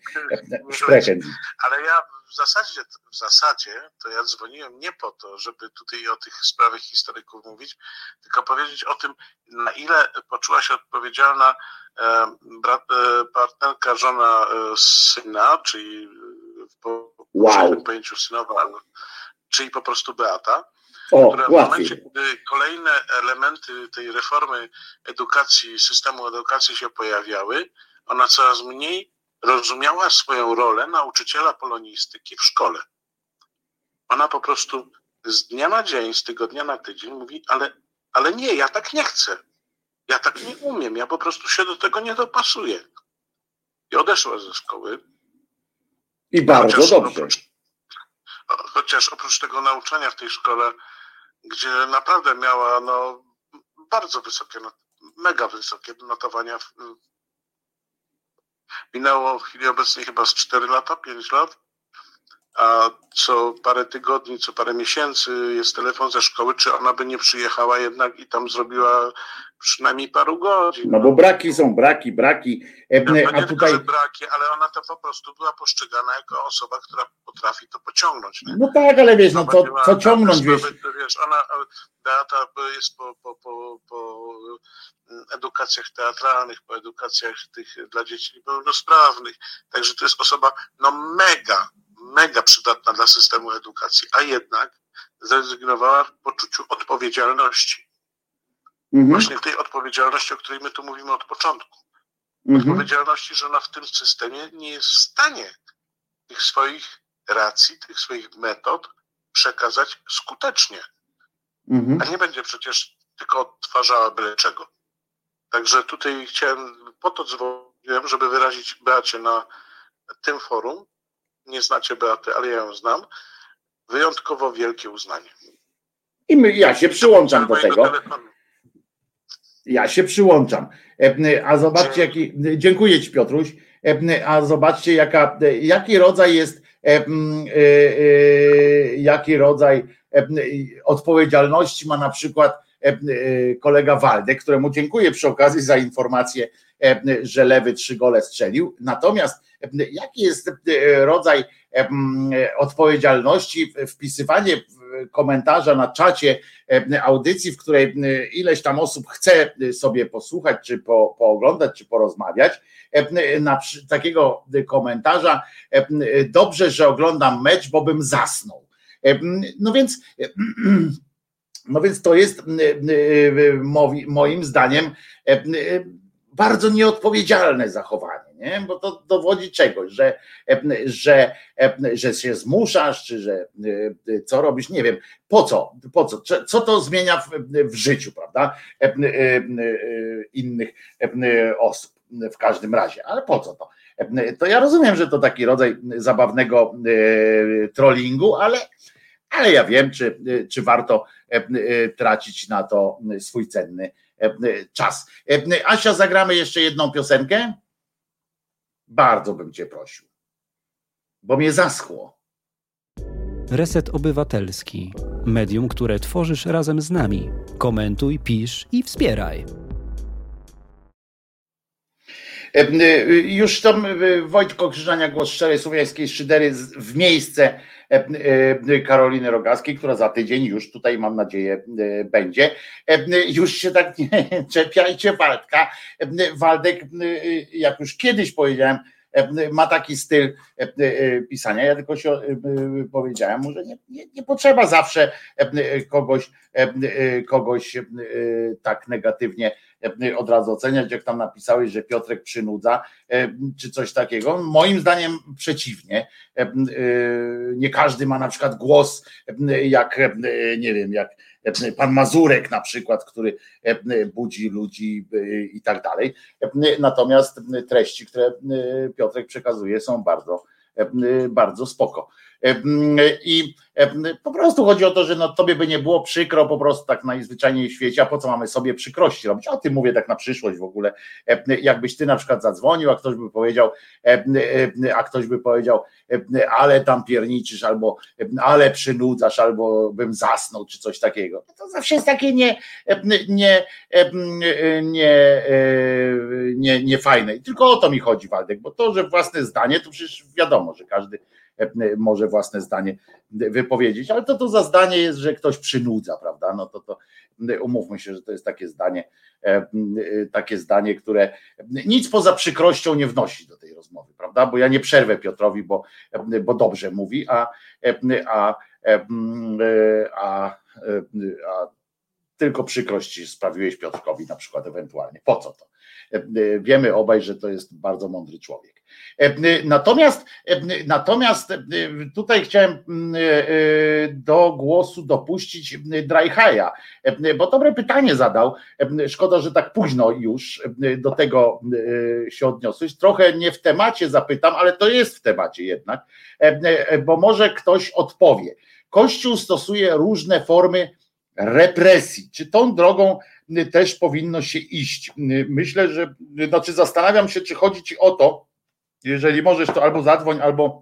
Ale ja w zasadzie, w zasadzie to ja dzwoniłem nie po to, żeby tutaj o tych sprawach historyków mówić, tylko powiedzieć o tym, na ile poczuła się odpowiedzialna brat, partnerka, żona syna, czyli wow. w tym pojęciu synowa, czyli po prostu Beata, o, która w łatwiej. momencie, gdy kolejne elementy tej reformy edukacji, systemu edukacji się pojawiały, ona coraz mniej rozumiała swoją rolę nauczyciela polonistyki w szkole. Ona po prostu z dnia na dzień, z tygodnia na tydzień mówi, ale, ale nie, ja tak nie chcę. Ja tak nie umiem, ja po prostu się do tego nie dopasuję. I odeszła ze szkoły. I bardzo chociaż dobrze. Oprócz, chociaż oprócz tego nauczania w tej szkole, gdzie naprawdę miała no, bardzo wysokie, mega wysokie notowania. Minęło w chwili obecnej chyba z cztery lata, pięć lat, a co parę tygodni, co parę miesięcy jest telefon ze szkoły, czy ona by nie przyjechała jednak i tam zrobiła przynajmniej paru godzin. No bo braki są, braki, braki. No, nie a tylko, tutaj... że braki, ale ona to po prostu była postrzegana jako osoba, która potrafi to pociągnąć. Nie? No tak, ale wiesz, no co, co ciągnąć, wiesz. wiesz. Ona, Beata jest po, po, po, po edukacjach teatralnych, po edukacjach tych dla dzieci niepełnosprawnych. Także to jest osoba no mega, mega przydatna dla systemu edukacji, a jednak zrezygnowała w poczuciu odpowiedzialności. Mhm. Właśnie tej odpowiedzialności, o której my tu mówimy od początku. Mhm. Odpowiedzialności, że ona w tym systemie nie jest w stanie tych swoich racji, tych swoich metod przekazać skutecznie. Mhm. A nie będzie przecież tylko odtwarzała byle czego. Także tutaj chciałem, po to dzwoniłem, żeby wyrazić Beacie na tym forum, nie znacie Beaty, ale ja ją znam, wyjątkowo wielkie uznanie. I my, ja się przyłączam do tego. Telefonu. Ja się przyłączam. A zobaczcie, jaki. Dziękuję Ci, Piotruś. A zobaczcie, jaka, jaki rodzaj jest, jaki rodzaj odpowiedzialności ma na przykład kolega Waldek, któremu dziękuję przy okazji za informację, że Lewy trzy gole strzelił. Natomiast jaki jest rodzaj odpowiedzialności, wpisywanie komentarza na czacie audycji, w której ileś tam osób chce sobie posłuchać, czy po, pooglądać, czy porozmawiać, na takiego komentarza: dobrze, że oglądam mecz, bo bym zasnął. No więc no więc to jest moim zdaniem bardzo nieodpowiedzialne zachowanie, nie? Bo to dowodzi czegoś, że, że, że się zmuszasz, czy że co robisz, nie wiem, po co, po co, co to zmienia w, w życiu, prawda, innych osób w każdym razie, ale po co to? To ja rozumiem, że to taki rodzaj zabawnego trollingu, ale ale ja wiem, czy, czy warto tracić na to swój cenny czas. Asia, zagramy jeszcze jedną piosenkę? Bardzo bym Cię prosił, bo mnie zaschło. Reset Obywatelski. Medium, które tworzysz razem z nami. Komentuj, pisz i wspieraj. Już tam Wojtko Krzyżania, głos szczerej słowiańskiej szydery w miejsce Karoliny Rogaskiej, która za tydzień już tutaj, mam nadzieję, będzie. Już się tak nie czepiajcie Waldka. Waldek, jak już kiedyś powiedziałem, ma taki styl pisania. Ja tylko się powiedziałem mu, że nie, nie, nie potrzeba zawsze kogoś, kogoś tak negatywnie od razu oceniać, jak tam napisałeś, że Piotrek przynudza, czy coś takiego. Moim zdaniem przeciwnie. Nie każdy ma na przykład głos jak, nie wiem, jak pan Mazurek na przykład, który budzi ludzi i tak dalej. Natomiast treści, które Piotrek przekazuje, są bardzo, bardzo spoko. I po prostu chodzi o to, że no tobie by nie było przykro po prostu tak najzwyczajniej w świecie, a po co mamy sobie przykrości robić? O tym mówię tak na przyszłość w ogóle. Jakbyś ty na przykład zadzwonił, a ktoś by powiedział, a ktoś by powiedział, ale tam pierniczysz, albo ale przynudzasz, albo bym zasnął, czy coś takiego. To zawsze jest takie nie, nie, nie, nie, nie fajne. I tylko o to mi chodzi, Waldek, bo to, że własne zdanie, to przecież wiadomo, że każdy może własne zdanie wypowiedzieć, ale to to za zdanie jest, że ktoś przynudza, prawda? No to to umówmy się, że to jest takie zdanie, takie zdanie, które nic poza przykrością nie wnosi do tej rozmowy, prawda? Bo ja nie przerwę Piotrowi, bo, bo dobrze mówi, a, a, a, a tylko przykrość sprawiłeś Piotrkowi na przykład ewentualnie. Po co to? Wiemy obaj, że to jest bardzo mądry człowiek. Natomiast, natomiast tutaj chciałem do głosu dopuścić Drajhaja, bo dobre pytanie zadał. Szkoda, że tak późno już do tego się odniosłeś. Trochę nie w temacie zapytam, ale to jest w temacie jednak, bo może ktoś odpowie. Kościół stosuje różne formy represji. Czy tą drogą też powinno się iść? Myślę, że, znaczy zastanawiam się, czy chodzi ci o to, jeżeli możesz, to albo zadzwoń, albo,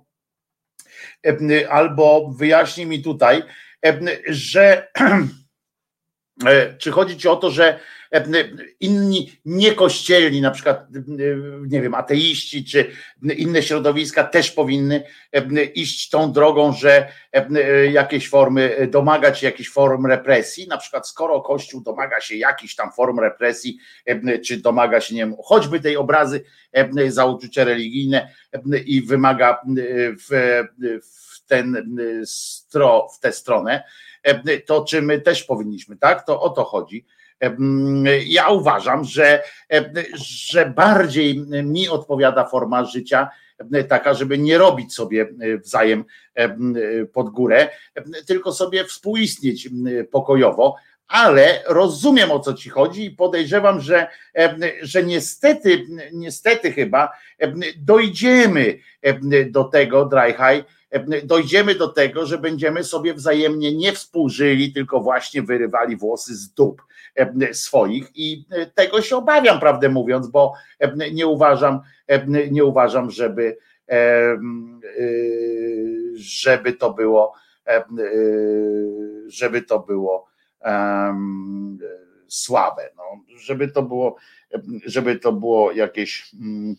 albo wyjaśnij mi tutaj, że czy chodzi ci o to, że inni niekościelni, na przykład, nie wiem, ateiści czy inne środowiska też powinny iść tą drogą, że jakieś formy, domagać się jakichś form represji, na przykład skoro Kościół domaga się jakichś tam form represji, czy domaga się, nie wiem, choćby tej obrazy za uczucie religijne i wymaga w, w, ten stro, w tę stronę, to czy my też powinniśmy, tak? To o to chodzi. Ja uważam, że, że bardziej mi odpowiada forma życia taka, żeby nie robić sobie wzajem pod górę, tylko sobie współistnieć pokojowo, ale rozumiem, o co ci chodzi i podejrzewam, że, że niestety, niestety chyba dojdziemy do tego, Drajhaj, dojdziemy do tego, że będziemy sobie wzajemnie nie współżyli, tylko właśnie wyrywali włosy z dup swoich i tego się obawiam, prawdę mówiąc, bo nie uważam, nie uważam, żeby żeby to było żeby to było słabe, no, żeby to było żeby to było jakieś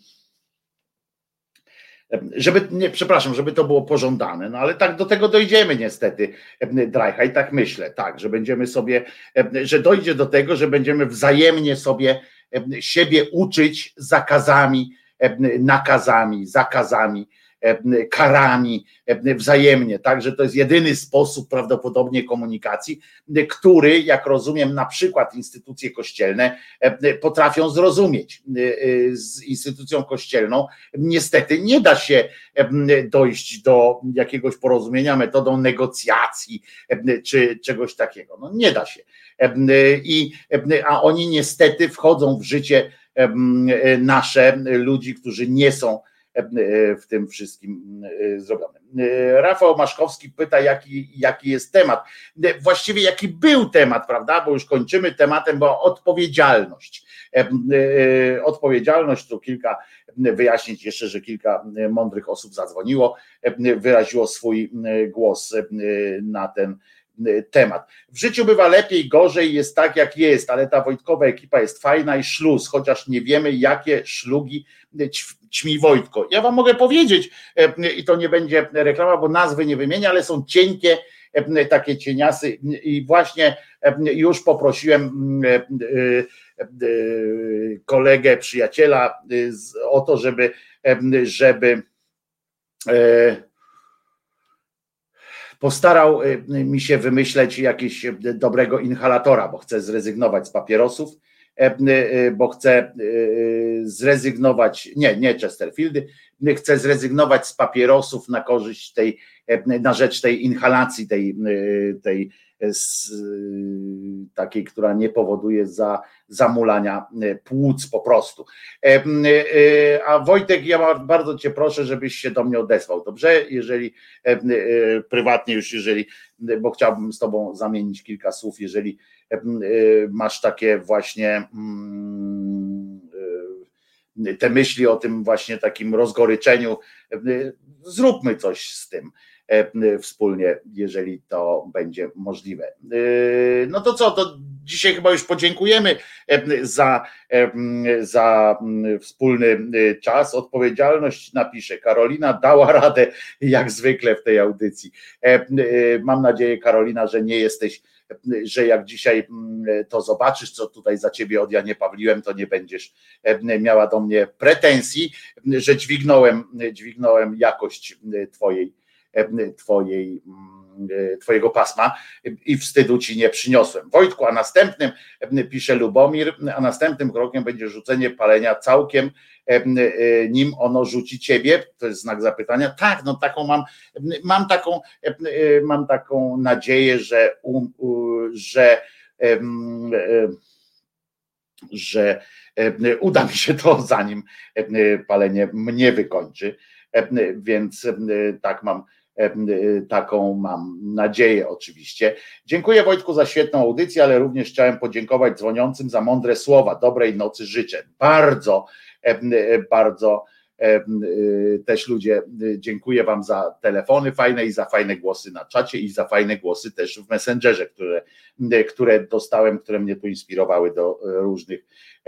żeby, nie, przepraszam, żeby to było pożądane, no ale tak do tego dojdziemy niestety, Drajhaj, tak myślę, tak, że będziemy sobie, że dojdzie do tego, że będziemy wzajemnie sobie siebie uczyć zakazami, nakazami, zakazami, karami wzajemnie, tak, że to jest jedyny sposób prawdopodobnie komunikacji, który, jak rozumiem, na przykład instytucje kościelne potrafią zrozumieć. Z instytucją kościelną niestety nie da się dojść do jakiegoś porozumienia metodą negocjacji czy czegoś takiego. No nie da się. I, a oni niestety wchodzą w życie nasze, ludzi, którzy nie są w tym wszystkim zrobione. Rafał Maszkowski pyta, jaki, jaki jest temat. Właściwie jaki był temat, prawda? Bo już kończymy tematem, bo odpowiedzialność. Odpowiedzialność, tu kilka, wyjaśnić jeszcze, że kilka mądrych osób zadzwoniło, wyraziło swój głos na ten temat. W życiu bywa lepiej, gorzej, jest tak jak jest, ale ta Wojtkowa ekipa jest fajna i szluz, chociaż nie wiemy, jakie szlugi ćmi Wojtko. Ja wam mogę powiedzieć, i to nie będzie reklama, bo nazwy nie wymienię, ale są cienkie takie cieniasy i właśnie już poprosiłem kolegę, przyjaciela o to, żeby żeby postarał mi się wymyśleć jakiegoś dobrego inhalatora, bo chcę zrezygnować z papierosów, bo chcę zrezygnować, nie, nie Chesterfieldy, chcę zrezygnować z papierosów na korzyść tej, na rzecz tej inhalacji, tej, tej takiej, która nie powoduje za, zamulania płuc po prostu. A Wojtek, ja bardzo cię proszę, żebyś się do mnie odezwał, dobrze? Jeżeli prywatnie już, jeżeli, bo chciałbym z tobą zamienić kilka słów, jeżeli masz takie właśnie te myśli o tym właśnie takim rozgoryczeniu, zróbmy coś z tym wspólnie, jeżeli to będzie możliwe. No to co, to dzisiaj chyba już podziękujemy za, za wspólny czas. Odpowiedzialność napisze. Karolina dała radę jak zwykle w tej audycji. Mam nadzieję, Karolina, że nie jesteś, że jak dzisiaj to zobaczysz, co tutaj za ciebie od Janie Pawliłem, to nie będziesz miała do mnie pretensji, że dźwignąłem, dźwignąłem jakość twojej, twojej, twojego pasma i wstydu ci nie przyniosłem. Wojtku, a następnym, pisze Lubomir, a następnym krokiem będzie rzucenie palenia całkiem, nim ono rzuci ciebie, to jest znak zapytania. Tak, no taką mam, mam taką, mam taką nadzieję, że, um, że, że uda mi się to, zanim palenie mnie wykończy, więc tak mam, taką mam nadzieję oczywiście. Dziękuję, Wojtku, za świetną audycję, ale również chciałem podziękować dzwoniącym za mądre słowa. Dobrej nocy życzę. Bardzo, bardzo też ludzie, dziękuję wam za telefony fajne i za fajne głosy na czacie i za fajne głosy też w Messengerze, które, które dostałem, które mnie tu inspirowały do różnych.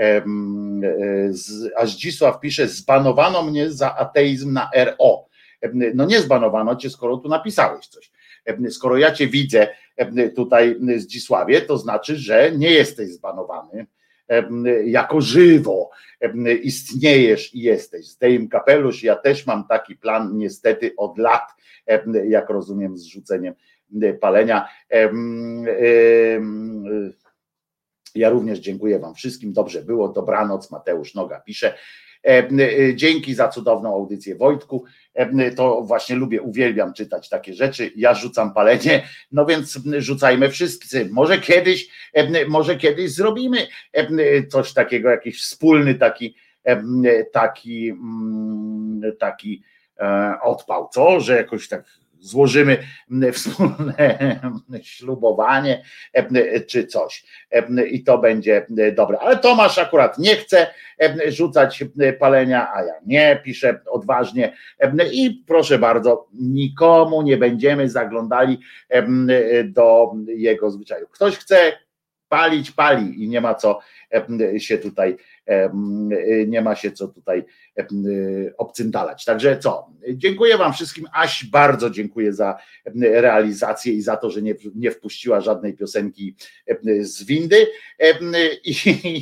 A Zdzisław pisze, zbanowano mnie za ateizm na R O. No nie zbanowano cię, skoro tu napisałeś coś. Skoro ja cię widzę tutaj, Zdzisławie, to znaczy, że nie jesteś zbanowany. Jako żywo istniejesz i jesteś. Zdejm kapelusz, ja też mam taki plan niestety od lat, jak rozumiem, z rzuceniem palenia. Ja również dziękuję wam wszystkim, dobrze było, dobranoc, Mateusz Noga pisze. Dzięki za cudowną audycję, Wojtku, to właśnie lubię, uwielbiam czytać takie rzeczy, ja rzucam palenie, no więc rzucajmy wszyscy, może kiedyś, może kiedyś zrobimy coś takiego, jakiś wspólny taki, taki, taki odpał, co, że jakoś tak złożymy wspólne ślubowanie czy coś i to będzie dobre. Ale Tomasz akurat nie chce rzucać palenia, a ja nie, piszę odważnie i proszę bardzo, nikomu nie będziemy zaglądali do jego zwyczaju. Ktoś chce palić, pali i nie ma co się tutaj, nie ma się co tutaj obcyndalać. Także co? Dziękuję wam wszystkim. Aś bardzo dziękuję za realizację i za to, że nie, nie wpuściła żadnej piosenki z windy. I,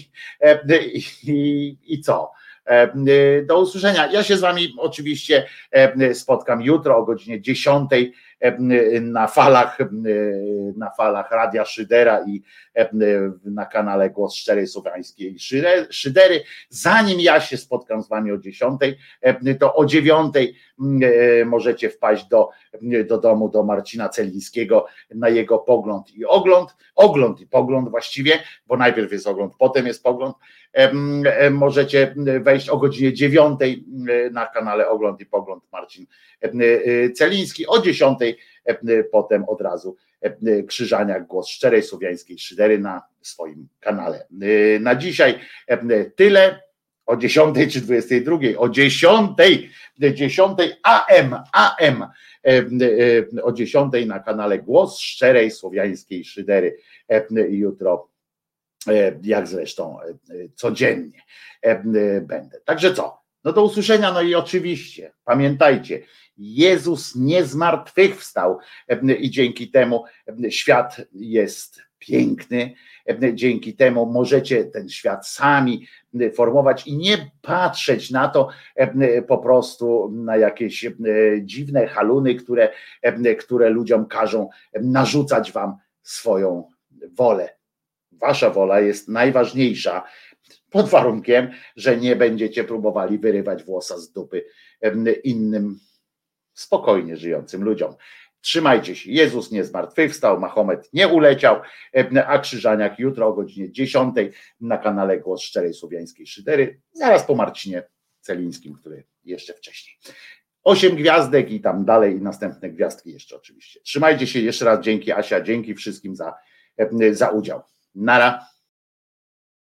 i, i, i co? Do usłyszenia. Ja się z wami oczywiście spotkam jutro o godzinie dziesiątej na falach, na falach Radia Szydera i na kanale Głos Szczerej Słowiańskiej Szydery. Zanim ja się spotkam z wami o dziesiątej, to o dziewiątej możecie wpaść do, do domu do Marcina Celińskiego na jego pogląd i ogląd, ogląd i pogląd właściwie, bo najpierw jest ogląd, potem jest pogląd. Możecie wejść o godzinie dziewiątej na kanale Ogląd i Pogląd Marcin Celiński, o dziesiątej potem od razu Krzyżaniak, Głos Szczerej Słowiańskiej Szydery na swoim kanale. Na dzisiaj tyle. O dziesiątej czy dwudziestej drugiej, o dziesiątej, dziesiątej A M, A M, o dziesiątej na kanale Głos Szczerej Słowiańskiej Szydery. Jutro, jak zresztą codziennie będę. Także co? No do usłyszenia, no i oczywiście pamiętajcie, Jezus nie zmartwychwstał i dzięki temu świat jest piękny, dzięki temu możecie ten świat sami formować i nie patrzeć na to po prostu na jakieś dziwne haluny, które, które ludziom każą narzucać wam swoją wolę. Wasza wola jest najważniejsza, pod warunkiem, że nie będziecie próbowali wyrywać włosa z dupy innym spokojnie żyjącym ludziom. Trzymajcie się, Jezus nie zmartwychwstał, Mahomet nie uleciał, a Krzyżaniak jutro o godzinie dziesiątej na kanale Głos Szczerej Słowiańskiej Szydery, zaraz po Marcinie Celińskim, który jeszcze wcześniej. Osiem gwiazdek i tam dalej i następne gwiazdki jeszcze oczywiście. Trzymajcie się, jeszcze raz dzięki Asia, dzięki wszystkim za, za udział. Nara.